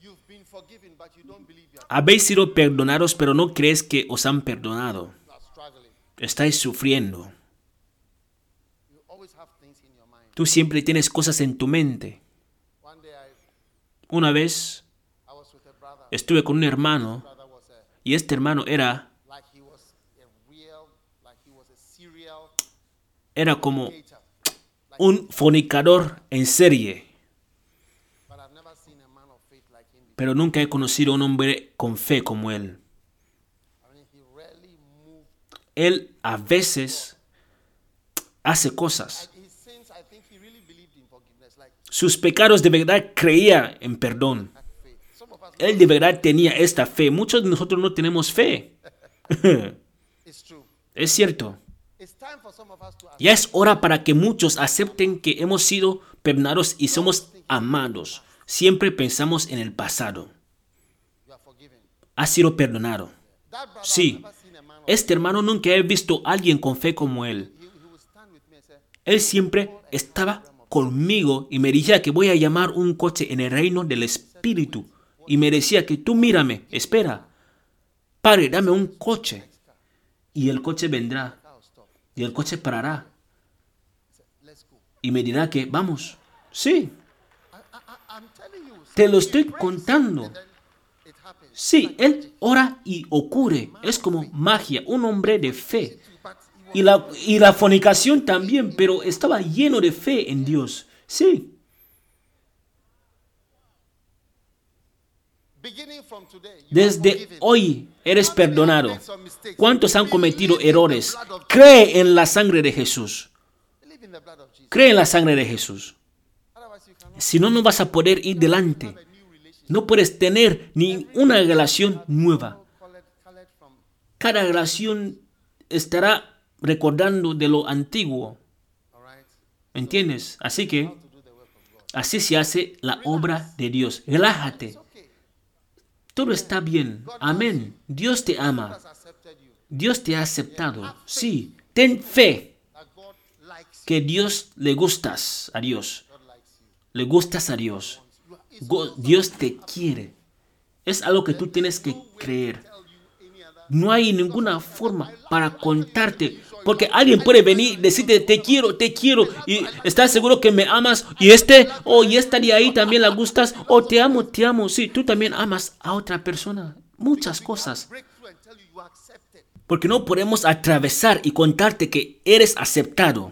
habéis sido perdonados, pero no crees que os han perdonado. Estáis sufriendo. Tú siempre tienes cosas en tu mente. Una vez estuve con un hermano y este hermano era como un fornicador en serie. Pero nunca he conocido a un hombre con fe como él. Él a veces hace cosas. Sus pecados de verdad creía en perdón. Él de verdad tenía esta fe. Muchos de nosotros no tenemos fe. Es cierto. Ya es hora para que muchos acepten que hemos sido perdonados y somos amados. Siempre pensamos en el pasado. Ha sido perdonado. Sí. Este hermano nunca he visto a alguien con fe como él. Él siempre estaba conmigo y me decía que voy a llamar un coche en el reino del Espíritu. Y me decía que tú mírame, espera. Padre, dame un coche. Y el coche vendrá. Y el coche parará. Y me dirá que vamos. Sí. Te lo estoy contando. Sí, él ora y ocurre. Es como magia, un hombre de fe. Y la fornicación también, pero estaba lleno de fe en Dios. Sí. Desde hoy eres perdonado. ¿Cuántos han cometido errores? Cree en la sangre de Jesús. Cree en la sangre de Jesús. Si no, no vas a poder ir delante. No puedes tener ni una relación nueva. Cada relación estará recordando de lo antiguo. ¿Entiendes? Así que, así se hace la obra de Dios. Relájate. Todo está bien. Amén. Dios te ama. Dios te ha aceptado. Sí. Ten fe que Dios le gustas a Dios. Le gustas a Dios. Dios te quiere. Es algo que tú tienes que creer. No hay ninguna forma para contarte. Porque alguien puede venir y decirte, te quiero. Y estás seguro que me amas. Y y esta de ahí también la gustas. Te amo. Sí, tú también amas a otra persona. Muchas cosas. Porque no podemos atravesar y contarte que eres aceptado.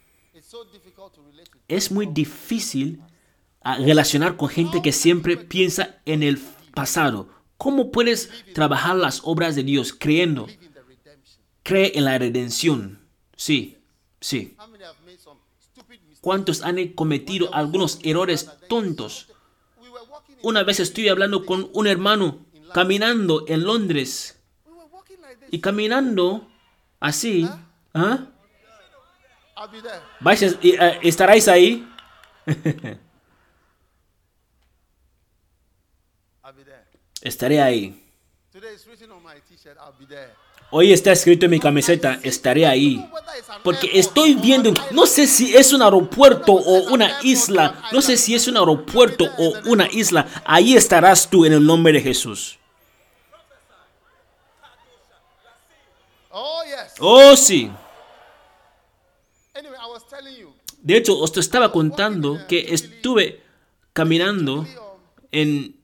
Es muy difícil relacionar con gente que siempre piensa en el pasado. ¿Cómo puedes trabajar las obras de Dios creyendo? Cree en la redención. Sí. ¿Cuántos han cometido algunos errores tontos? Una vez estoy hablando con un hermano caminando en Londres. Y caminando así. ¿Estaréis ahí? Estaré ahí. Hoy está escrito en mi camiseta, estaré ahí. Porque estoy viendo, no sé si es un aeropuerto o una isla. No sé si es un aeropuerto o una isla. Ahí estarás tú en el nombre de Jesús. Oh, sí. De hecho, os estaba contando que estuve caminando en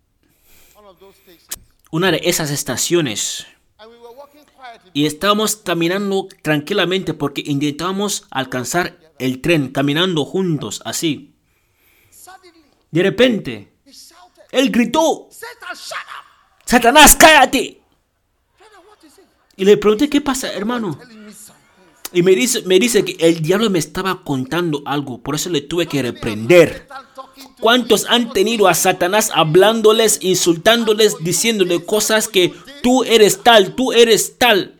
una de esas estaciones. Y estábamos caminando tranquilamente porque intentábamos alcanzar el tren, caminando juntos, así. De repente, él gritó: ¡Satanás, cállate! Y le pregunté: ¿qué pasa, hermano? Y me dice que el diablo me estaba contando algo, por eso le tuve que reprender. ¿Cuántos han tenido a Satanás hablándoles, insultándoles, diciéndole cosas que tú eres tal, tú eres tal?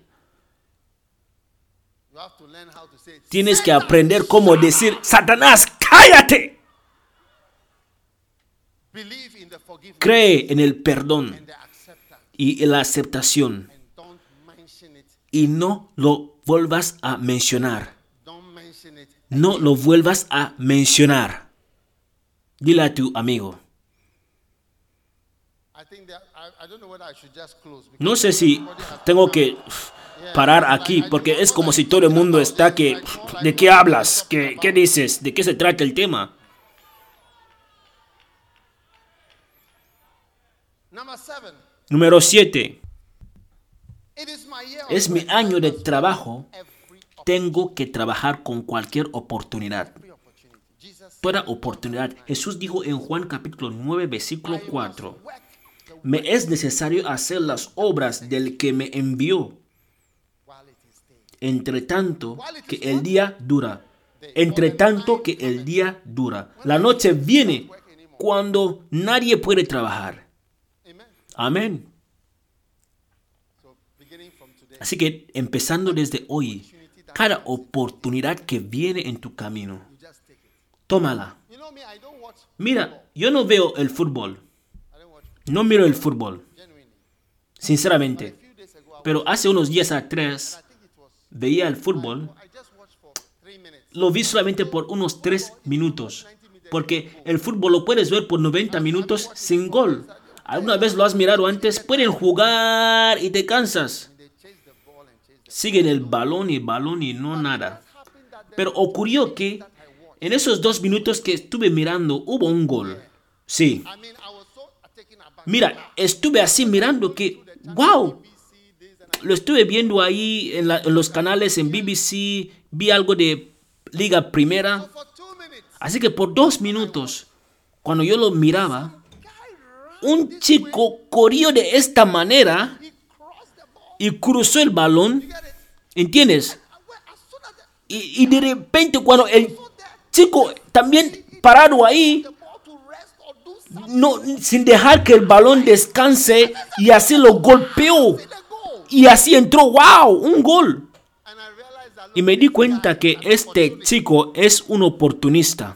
Tienes que aprender cómo decir: ¡Satanás, cállate! Cree en el perdón y en la aceptación. Y no lo vuelvas a mencionar. No lo vuelvas a mencionar. Dile a tu amigo. No sé si tengo que parar aquí, porque es como si todo el mundo está que... ¿De qué hablas? ¿Qué dices? ¿De qué se trata el tema? Número 7. Es mi año de trabajo. Tengo que trabajar con cualquier oportunidad. Toda oportunidad. Jesús dijo en Juan capítulo 9, versículo 4. Me es necesario hacer las obras del que me envió. Entre tanto que el día dura. Entre tanto que el día dura. La noche viene cuando nadie puede trabajar. Amén. Así que empezando desde hoy, cada oportunidad que viene en tu camino, tómala. Mira, yo no veo el fútbol. No miro el fútbol. Sinceramente. Pero hace unos días atrás veía el fútbol. Lo vi solamente por unos 3 minutos. Porque el fútbol lo puedes ver por 90 minutos sin gol. ¿Alguna vez lo has mirado antes? Pueden jugar y te cansas. Siguen el balón y no nada. Pero ocurrió que en esos 2 minutos que estuve mirando hubo un gol. Sí. Mira, estuve así mirando que, wow. Lo estuve viendo ahí en los canales en BBC. Vi algo de Liga Primera. Así que por 2 minutos, cuando yo lo miraba, un chico corrió de esta manera y cruzó el balón, ¿entiendes? Y de repente cuando el chico también parado ahí, no, sin dejar que el balón descanse, y así lo golpeó, y así entró, ¡wow! Un gol. Y me di cuenta que este chico es un oportunista.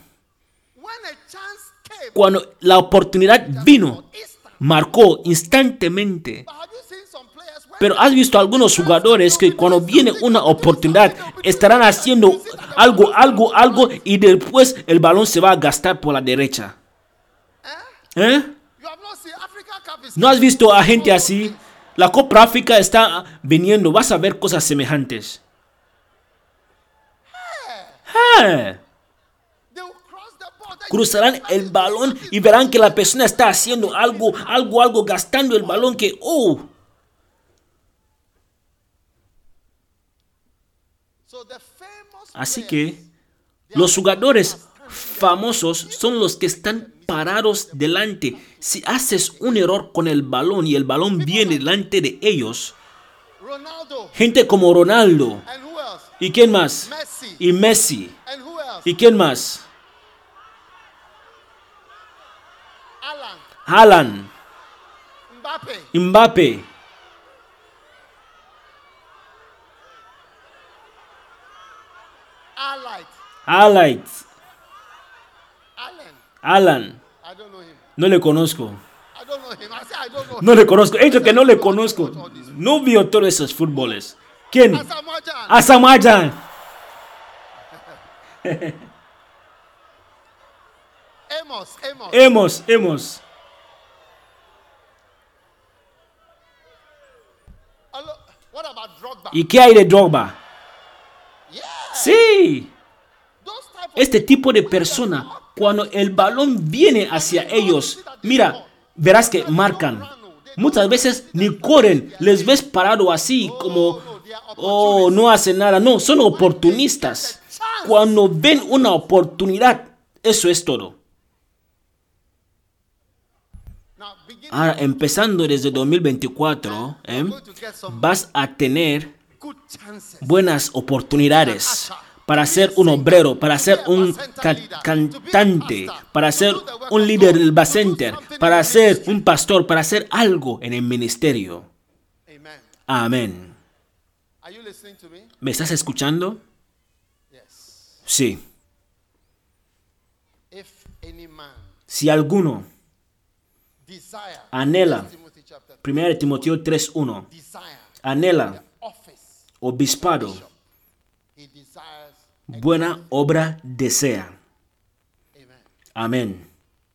Cuando la oportunidad vino, marcó instantáneamente. Pero has visto algunos jugadores que cuando viene una oportunidad estarán haciendo algo y después el balón se va a gastar por la derecha. ¿No has visto a gente así? La Copa África está viniendo. Vas a ver cosas semejantes. Cruzarán el balón y verán que la persona está haciendo algo, gastando el balón que, Así que los jugadores famosos son los que están parados delante. Si haces un error con el balón y el balón viene delante de ellos, Ronaldo. gente como Ronaldo, And who else? ¿y quién más? Messi. Y Messi, And who else? ¿y quién más? Alan. Haaland, Mbappe. Mbappe, Allied. Haaland, Allen. Alan. I don't know him. No le conozco. I don't know him. I say I don't know him. No le conozco. He dicho que no le conozco. No vio todos esos fútboles. ¿Quién? Asamoah Gyan. Asamoah Gyan. Amos. Hemos. What about Drogba? ¿Y qué hay de Drogba? Yeah. Sí. Those type of Este tipo de persona, cuando el balón viene hacia ellos, mira, verás que marcan. Muchas veces ni corren, les ves parado así como, oh, no hacen nada. No, son oportunistas. Cuando ven una oportunidad, eso es todo. now begin Ahora, empezando desde 2024, vas a tener good chances. buenas oportunidades para ser un obrero, para ser un cantante, para ser un líder del bacenter, para ser un pastor, para hacer algo en el ministerio. Amen. Amén. Are you listening to me? ¿Me estás escuchando? Yes. Sí. If any man Si alguno desire anhela, Timothy chapter 1 Timoteo 3:1, desire anhela office, obispado, he desires. buena obra desea. Amen. Amén.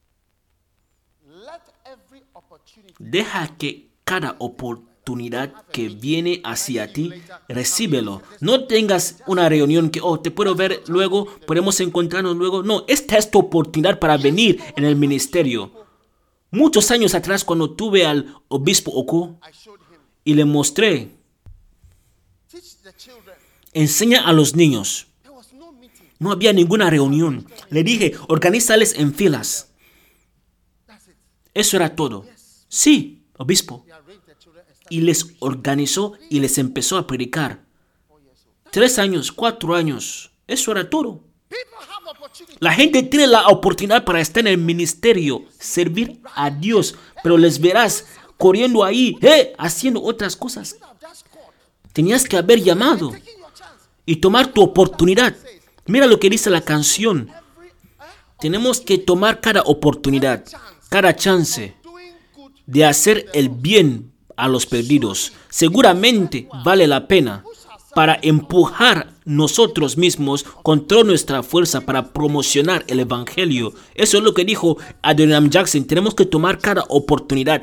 Let every opportunity Deja que cada oportunidad que viene hacia ti, recíbelo. No tengas una reunión que, oh, te puedo ver luego, podemos encontrarnos luego. No, esta es tu oportunidad para venir en el ministerio. Muchos años atrás, cuando tuve al obispo Oko I showed him. y le mostré, Teach the children. enseña a los niños. There was no meeting. No había ninguna reunión. Le dije, organízales en filas. That's it. Eso era todo. Sí, obispo. He arranged the children and started Y les organizó y les empezó a predicar. 3 años, 4 años. Eso era todo. people have opportunity. La gente tiene la oportunidad para estar en el ministerio, servir a Dios, pero les verás corriendo ahí, haciendo otras cosas. You have just called. Tenías que haber llamado Taking your chance. y tomar tu oportunidad. Mira lo que dice la canción. Every Tenemos que tomar cada oportunidad, cada chance doing good. de hacer el bien a los perdidos. Seguramente vale la pena para empujar nosotros mismos con toda nuestra fuerza para promocionar el evangelio. Eso es lo que dijo Adoniram Jackson. Tenemos que tomar cada oportunidad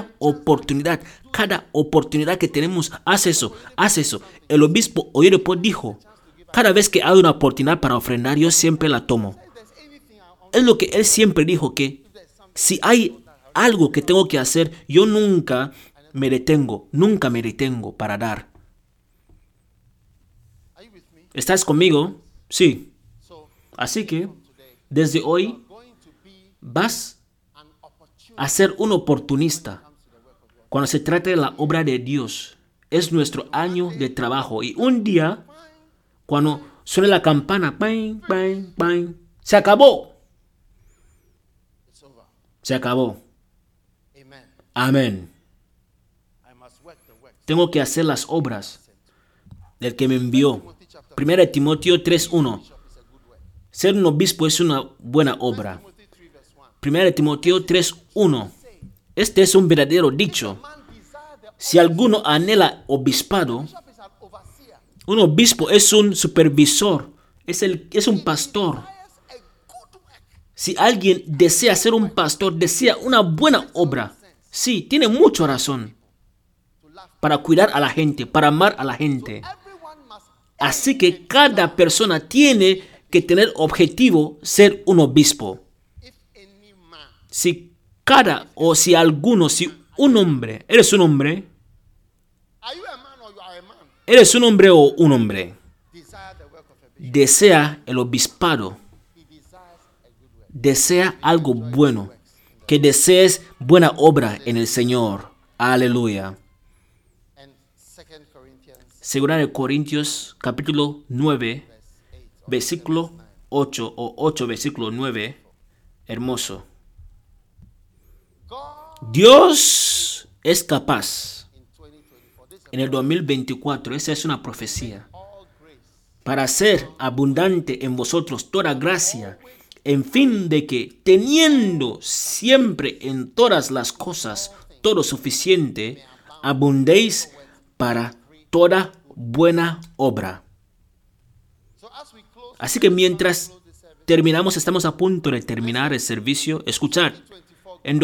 que tenemos. Haz eso. El obispo Oyedepo dijo, cada vez que hay una oportunidad para ofrendar, yo siempre la tomo. Es lo que él siempre dijo, que si hay algo que tengo que hacer, yo nunca me detengo para dar. Are you with me? ¿Estás conmigo? Sí. So Así que, desde hoy, going to be vas an opportunity. a ser un oportunista cuando se trata de la obra de Dios. Es nuestro año de trabajo. Y un día, cuando suene la campana, bang, bang, bang, se acabó. It's over. Se acabó. Amen. Amén. I must work the work. Tengo que hacer las obras del que me envió. 1 Timoteo 3:1. Ser un obispo es una buena obra. Timothy 3 verse 1. 1 Timoteo 3:1. Este es un verdadero dicho. Man desire the Si alguno anhela obispado, bishop is an overseer. un obispo es un supervisor, es un pastor. Desires a good work. Si alguien desea ser un pastor, desea una buena obra, sí, tiene mucha razón para cuidar a la gente, para amar a la gente. Everyone must. Así que cada persona tiene que tener objetivo ser un obispo. If any man Si un hombre, ¿eres un hombre? are you a man or you are a man? ¿Eres un hombre o un hombre? Desire the work of a desea el obispado, desea algo bueno, que desees buena obra en el Señor. Aleluya. And 2 Corinthians Segunda de Corintios, capítulo 9, versículo 8 o 8, versículo 9. Hermoso. God Dios es capaz in 2024, this is en el 2024, esa es una profecía, all grace, para hacer abundante en vosotros toda gracia, en fin de que, teniendo siempre en todas las cosas todo suficiente, abundéis para toda buena obra. so as we close Así que mientras terminamos, estamos a punto de terminar el servicio, escuchad, en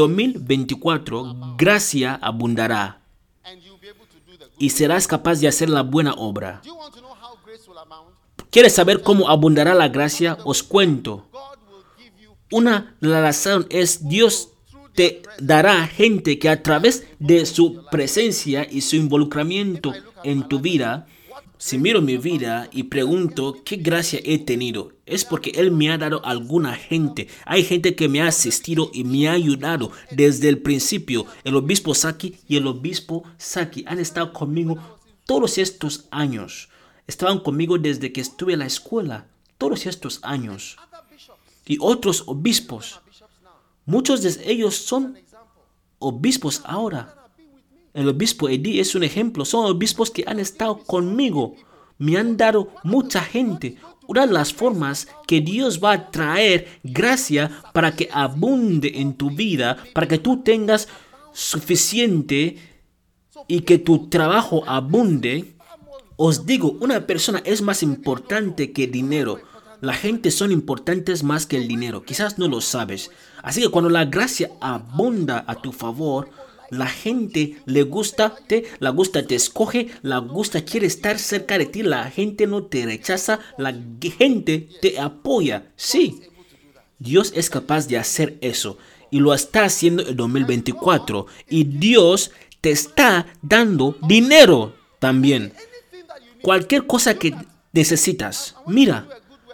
2024 gracia abundará and you'll be able to do the good. y serás capaz de hacer la buena obra. Do you want to know how grace will abound? ¿Quieres saber cómo abundará la gracia? Os cuento. God will give you Una razón es Dios te dará gente que a través de su presencia y su involucramiento en tu vida, si miro mi vida y pregunto qué gracia he tenido, es porque Él me ha dado alguna gente. Hay gente que me ha asistido y me ha ayudado desde el principio. El obispo Saki y el obispo Saki han estado conmigo todos estos años. Estaban conmigo desde que estuve en la escuela, todos estos años. other bishops, Y otros obispos, bishops now. muchos de ellos son obispos ahora. El obispo Eddie es un ejemplo. Son obispos que han estado conmigo. Me han dado mucha gente. Una de las formas que Dios va a traer gracia para que abunde en tu vida, para que tú tengas suficiente y que tu trabajo abunde. Os digo, una persona es más importante que dinero. La gente son importantes más que el dinero. Quizás no lo sabes. Así que cuando la gracia abunda a tu favor, la gente le gusta, te escoge, la gusta, quiere estar cerca de ti. La gente no te rechaza, la gente te apoya. Sí, Dios es capaz de hacer eso y lo está haciendo en 2024. Y Dios te está dando dinero también. Cualquier cosa que necesitas. Mira,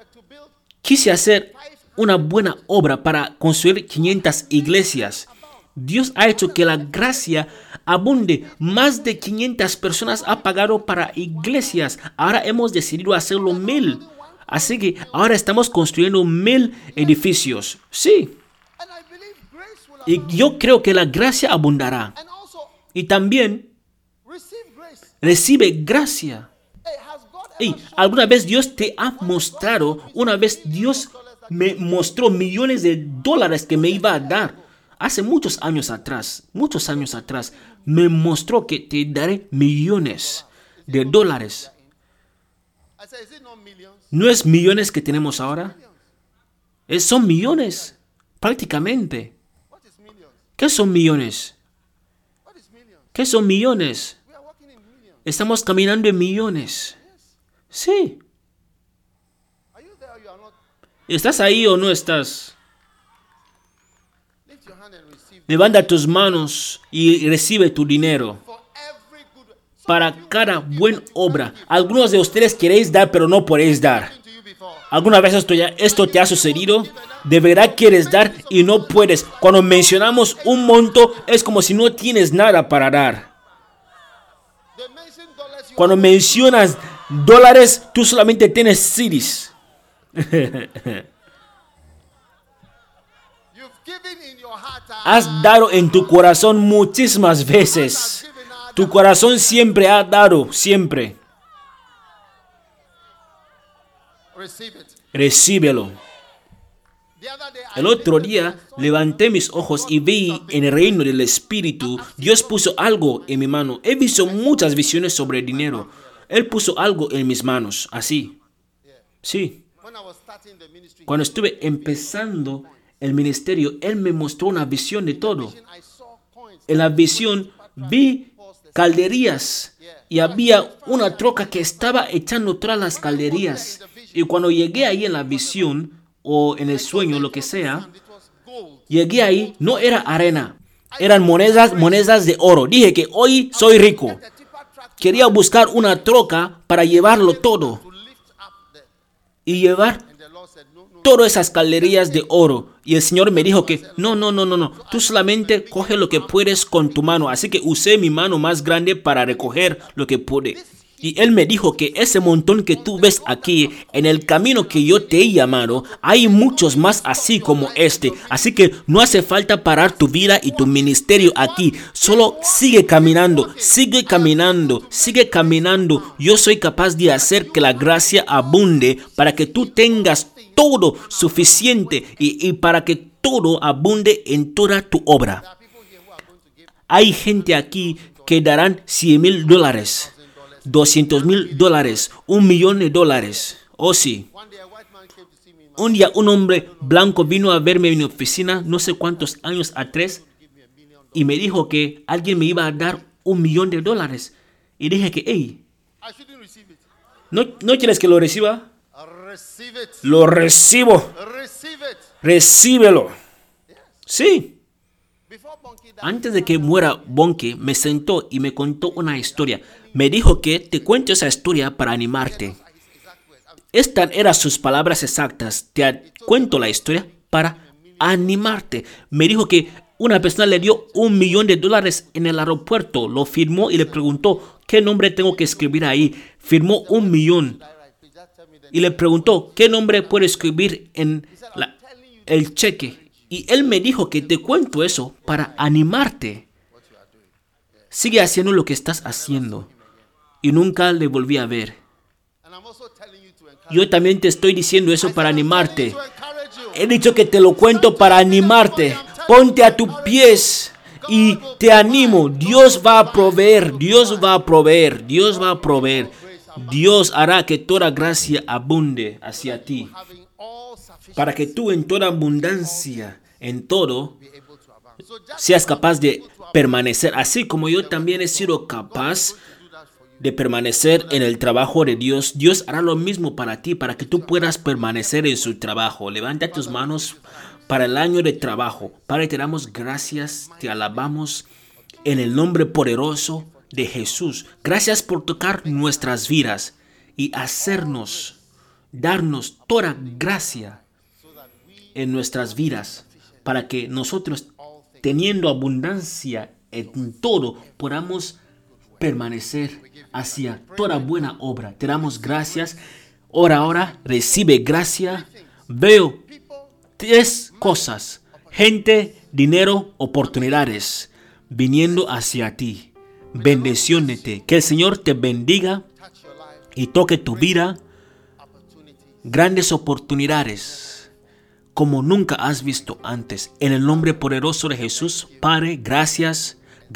quise hacer una buena obra para construir 500 iglesias. Dios ha hecho que la gracia abunde. Más de 500 personas ha pagado para iglesias. Ahora hemos decidido hacerlo 1000. Así que ahora estamos construyendo 1000 edificios. Sí. And I believe grace will Y yo creo que la gracia abundará. and also Y también receive grace. recibe gracia. Hey, has God Y ever shown alguna vez Dios te ha mostrado, una vez Dios me mostró millones de dólares que me iba a dar. Hace muchos años atrás, me mostró que te daré millones de dólares. I said, is it not millions? ¿No es millones que tenemos ahora? Son millones, prácticamente. What is millions? ¿Qué son millones? What is millions? ¿Qué son millones? We are working in millions. Estamos caminando en millones. Sí. Are you there or you are not? ¿Estás ahí o no estás? Lift your hand and receive Levanta tus manos y recibe tu dinero for every good para cada buena obra. Algunos de ustedes queréis dar, pero no podéis dar. to you before. ¿Alguna vez esto te ha sucedido? De verdad quieres dar y no puedes. Cuando mencionamos un monto, es como si no tienes nada para dar. They mention dollars. You Cuando mencionas dólares, tú solamente tienes cedis. You've given in your heart. Has dado en tu corazón muchísimas veces. Tu corazón siempre ha dado, siempre. Receive it. Recíbelo. The other day, El otro día levanté mis ojos y vi en el reino del Espíritu, Dios puso algo en mi mano. He visto muchas visiones sobre el dinero. Él puso algo en mis manos, así. Sí. when I was starting the ministry, Cuando estuve empezando el ministerio, Él me mostró una visión de todo. I saw coins. En la visión vi calderías y había una troca que estaba echando todas las calderías. Y cuando llegué ahí en la visión o en el sueño, lo que sea, It was gold. llegué ahí, no era arena, eran monedas de oro. Dije que hoy soy rico. The tipper truck Quería buscar una troca para llevarlo todo. to lift up y llevar And the Lord said, no. todas esas galerías de oro. Y el Señor me dijo que no. Tú solamente coge lo que puedes con tu mano. Así que usé mi mano más grande para recoger lo que pude. Y Él me dijo que ese montón que tú ves aquí, en el camino que yo te he llamado, hay muchos más así como este. Así que no hace falta parar tu vida y tu ministerio aquí. Solo sigue caminando, sigue caminando, sigue caminando. Yo soy capaz de hacer que la gracia abunde para que tú tengas todo suficiente y para que todo abunde en toda tu obra. Hay gente aquí que darán $100,000, $200,000, $1,000,000. Oh sí. One day a white man came to see me in my Un día un hombre blanco vino a verme en mi oficina no sé cuántos años atrás y me dijo que alguien me iba a dar $1,000,000. Y dije que, hey, I shouldn't receive it. ¿no quieres que lo reciba? Receive it. Lo recibo. Receive it. Recíbelo. Sí. Before Bonky died, Antes de que muera Bonke, me sentó y me contó una historia. Me dijo que te cuento esa historia para animarte. Estas eran sus palabras exactas. Te cuento la historia para animarte. Me dijo que una persona le dio $1,000,000 en el aeropuerto. Lo firmó y le preguntó, ¿qué nombre tengo que escribir ahí? Firmó 1,000,000. Y le preguntó, ¿qué nombre puedo escribir en el cheque? Y él me dijo que te cuento eso para animarte. Sigue haciendo lo que estás haciendo. Y nunca le volví a ver. and I'm also telling you to encourage Yo también te estoy diciendo eso para animarte. to encourage you. He dicho que te lo cuento para animarte. Ponte a tus pies y te animo. Dios va a proveer, Dios va a proveer, Dios va a proveer. Dios hará que toda gracia abunde hacia ti, Having all sufficient para que tú en toda abundancia, en todo, be able to abound. So just seas capaz de permanecer, así como yo también he sido capaz de permanecer en el trabajo de Dios. Dios hará lo mismo para ti, para que tú puedas permanecer en su trabajo. Levanta tus manos para el año de trabajo. Padre, te damos gracias, te alabamos en el nombre poderoso de Jesús. Gracias por tocar nuestras vidas y darnos toda gracia en nuestras vidas, para que nosotros, teniendo abundancia en todo, podamos permanecer hacia toda buena obra. Te damos gracias. Ahora recibe gracia. Veo 3 cosas: gente, dinero, oportunidades viniendo hacia ti. Bendiciónete. Que el Señor te bendiga touch your life, y toque tu vida. opportunities. Grandes oportunidades como nunca has visto antes. En el nombre poderoso de Jesús, Padre, gracias.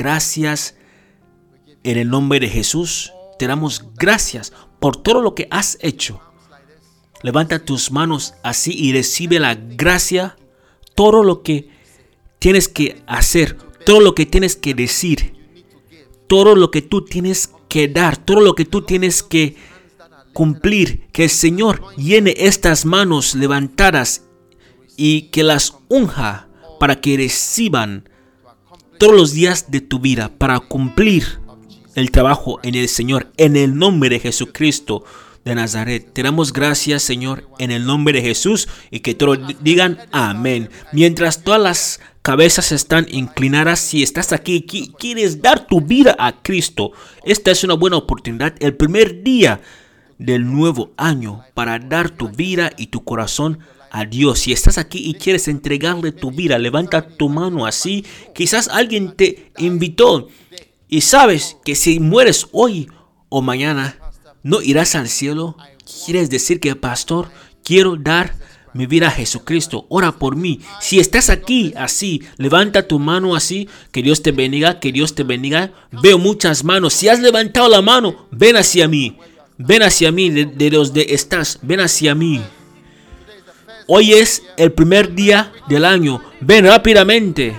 En el nombre de Jesús, te damos gracias por todo lo que has hecho. Levanta tus manos así y recibe la gracia. Todo lo que tienes que hacer, todo lo que tienes que decir, todo lo que tú tienes que dar, todo lo que tú tienes que cumplir. Que el Señor llene estas manos levantadas y que las unja para que reciban todos los días de tu vida para cumplir el trabajo en el Señor. En el nombre de Jesucristo de Nazaret, te damos gracias, Señor, en el nombre de Jesús, y que todos digan amén. Mientras todas las cabezas están inclinadas, si estás aquí y quieres dar tu vida a Cristo, esta es una buena oportunidad, el primer día del nuevo año, para dar tu vida y tu corazón a Dios. Si estás aquí y quieres entregarle tu vida, levanta tu mano así. Quizás alguien te invitó y sabes que si mueres hoy o mañana, no irás al cielo. ¿Quieres decir que, pastor, quiero dar mi vida a Jesucristo? Ora por mí. Si estás aquí así, levanta tu mano así. Que Dios te bendiga, que Dios te bendiga. Veo muchas manos. Si has levantado la mano, ven hacia mí. Ven hacia mí de donde estás. Ven hacia mí. Hoy es el primer día del año. Ven rápidamente.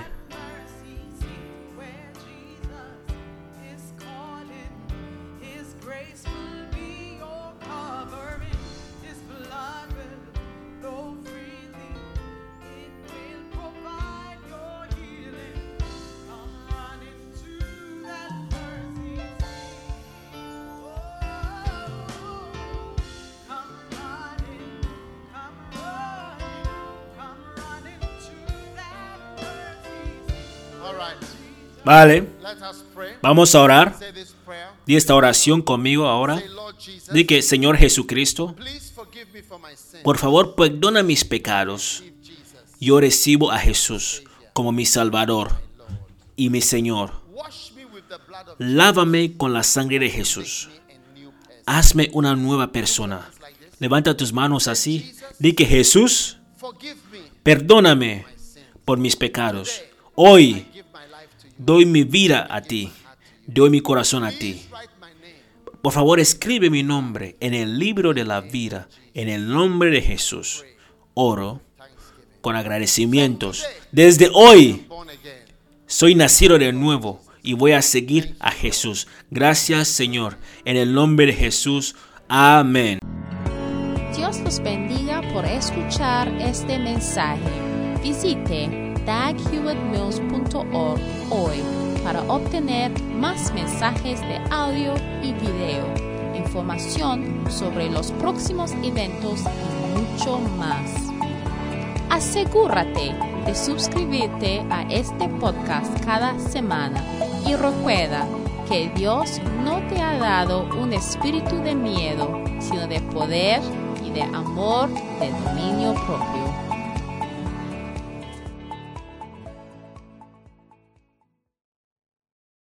All right. Vale, Let us pray. vamos a orar. Say this prayer. Di esta oración conmigo ahora. Say, Lord Jesus, Di que, Señor Jesucristo, please forgive me for my sin. por favor, perdona mis pecados. Receive Jesus, Yo recibo a Jesús como mi Salvador Lord. y mi Señor. Wash me with the blood of Lávame con la sangre de Jesús. me a new person. Hazme una nueva persona. Levanta tus manos así. Di que Jesús, Forgive me perdóname my sin. por mis pecados. Hoy Give my life to you. doy mi vida a ti. Doy mi corazón a ti. Please write my name Por favor, escribe mi nombre en el libro de la vida. En el nombre de Jesús. Oro thanksgiving. con agradecimientos. Desde hoy Born again. soy nacido de nuevo y voy a seguir a Jesús. Gracias, Señor. En el nombre de Jesús. Amén. Dios los bendiga por escuchar este mensaje. Visite daghewittmills.org hoy para obtener más mensajes de audio y video, información sobre los próximos eventos y mucho más. Asegúrate de suscribirte a este podcast cada semana y recuerda que Dios no te ha dado un espíritu de miedo, sino de poder y de amor, de dominio propio.